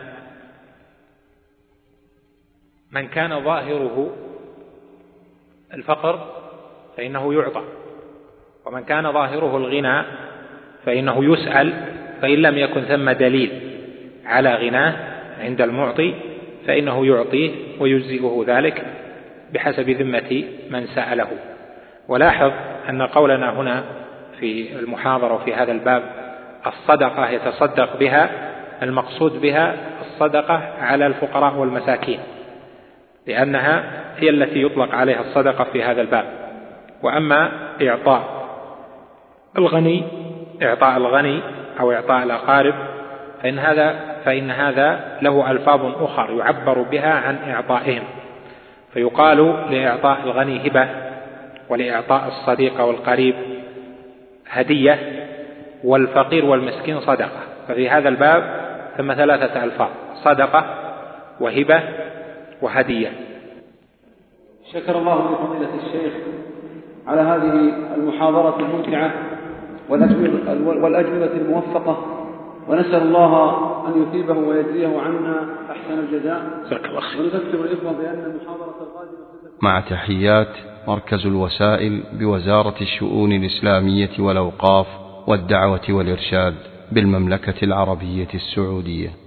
من كان ظاهره الفقر فإنه يعطى، ومن كان ظاهره الغنى فإنه يسأل، فإن لم يكن ثم دليل على غناه عند المعطي فإنه يعطيه ويجزئه ذلك بحسب ذمة من سأله. ولاحظ أن قولنا هنا في المحاضرة وفي هذا الباب الصدقة يتصدق بها، المقصود بها الصدقة على الفقراء والمساكين، لأنها هي التي يطلق عليها الصدقة في هذا الباب. وأما إعطاء الغني إعطاء الغني أو إعطاء الأقارب فإن هذا فإن هذا له ألفاظ أخرى يعبر بها عن إعطائهم، فيقال لإعطاء الغني هبة، ولإعطاء الصديق والقريب هدية، والفقير والمسكين صدقة. ففي هذا الباب ثم ثلاثة ألفاظ: صدقة وهبة وهدية. شكر الله لفضيلة الشيخ على هذه المحاضرة الممتعة والأجوبة الموفقة، ونسأل الله أن يثيبه ويجزيه عنا أحسن الجزاء، ونذكر الإخوة بأن المحاضرة القادمة مع تحيات مركز الوسائل بوزارة الشؤون الإسلامية والأوقاف والدعوة والإرشاد بالمملكة العربية السعودية.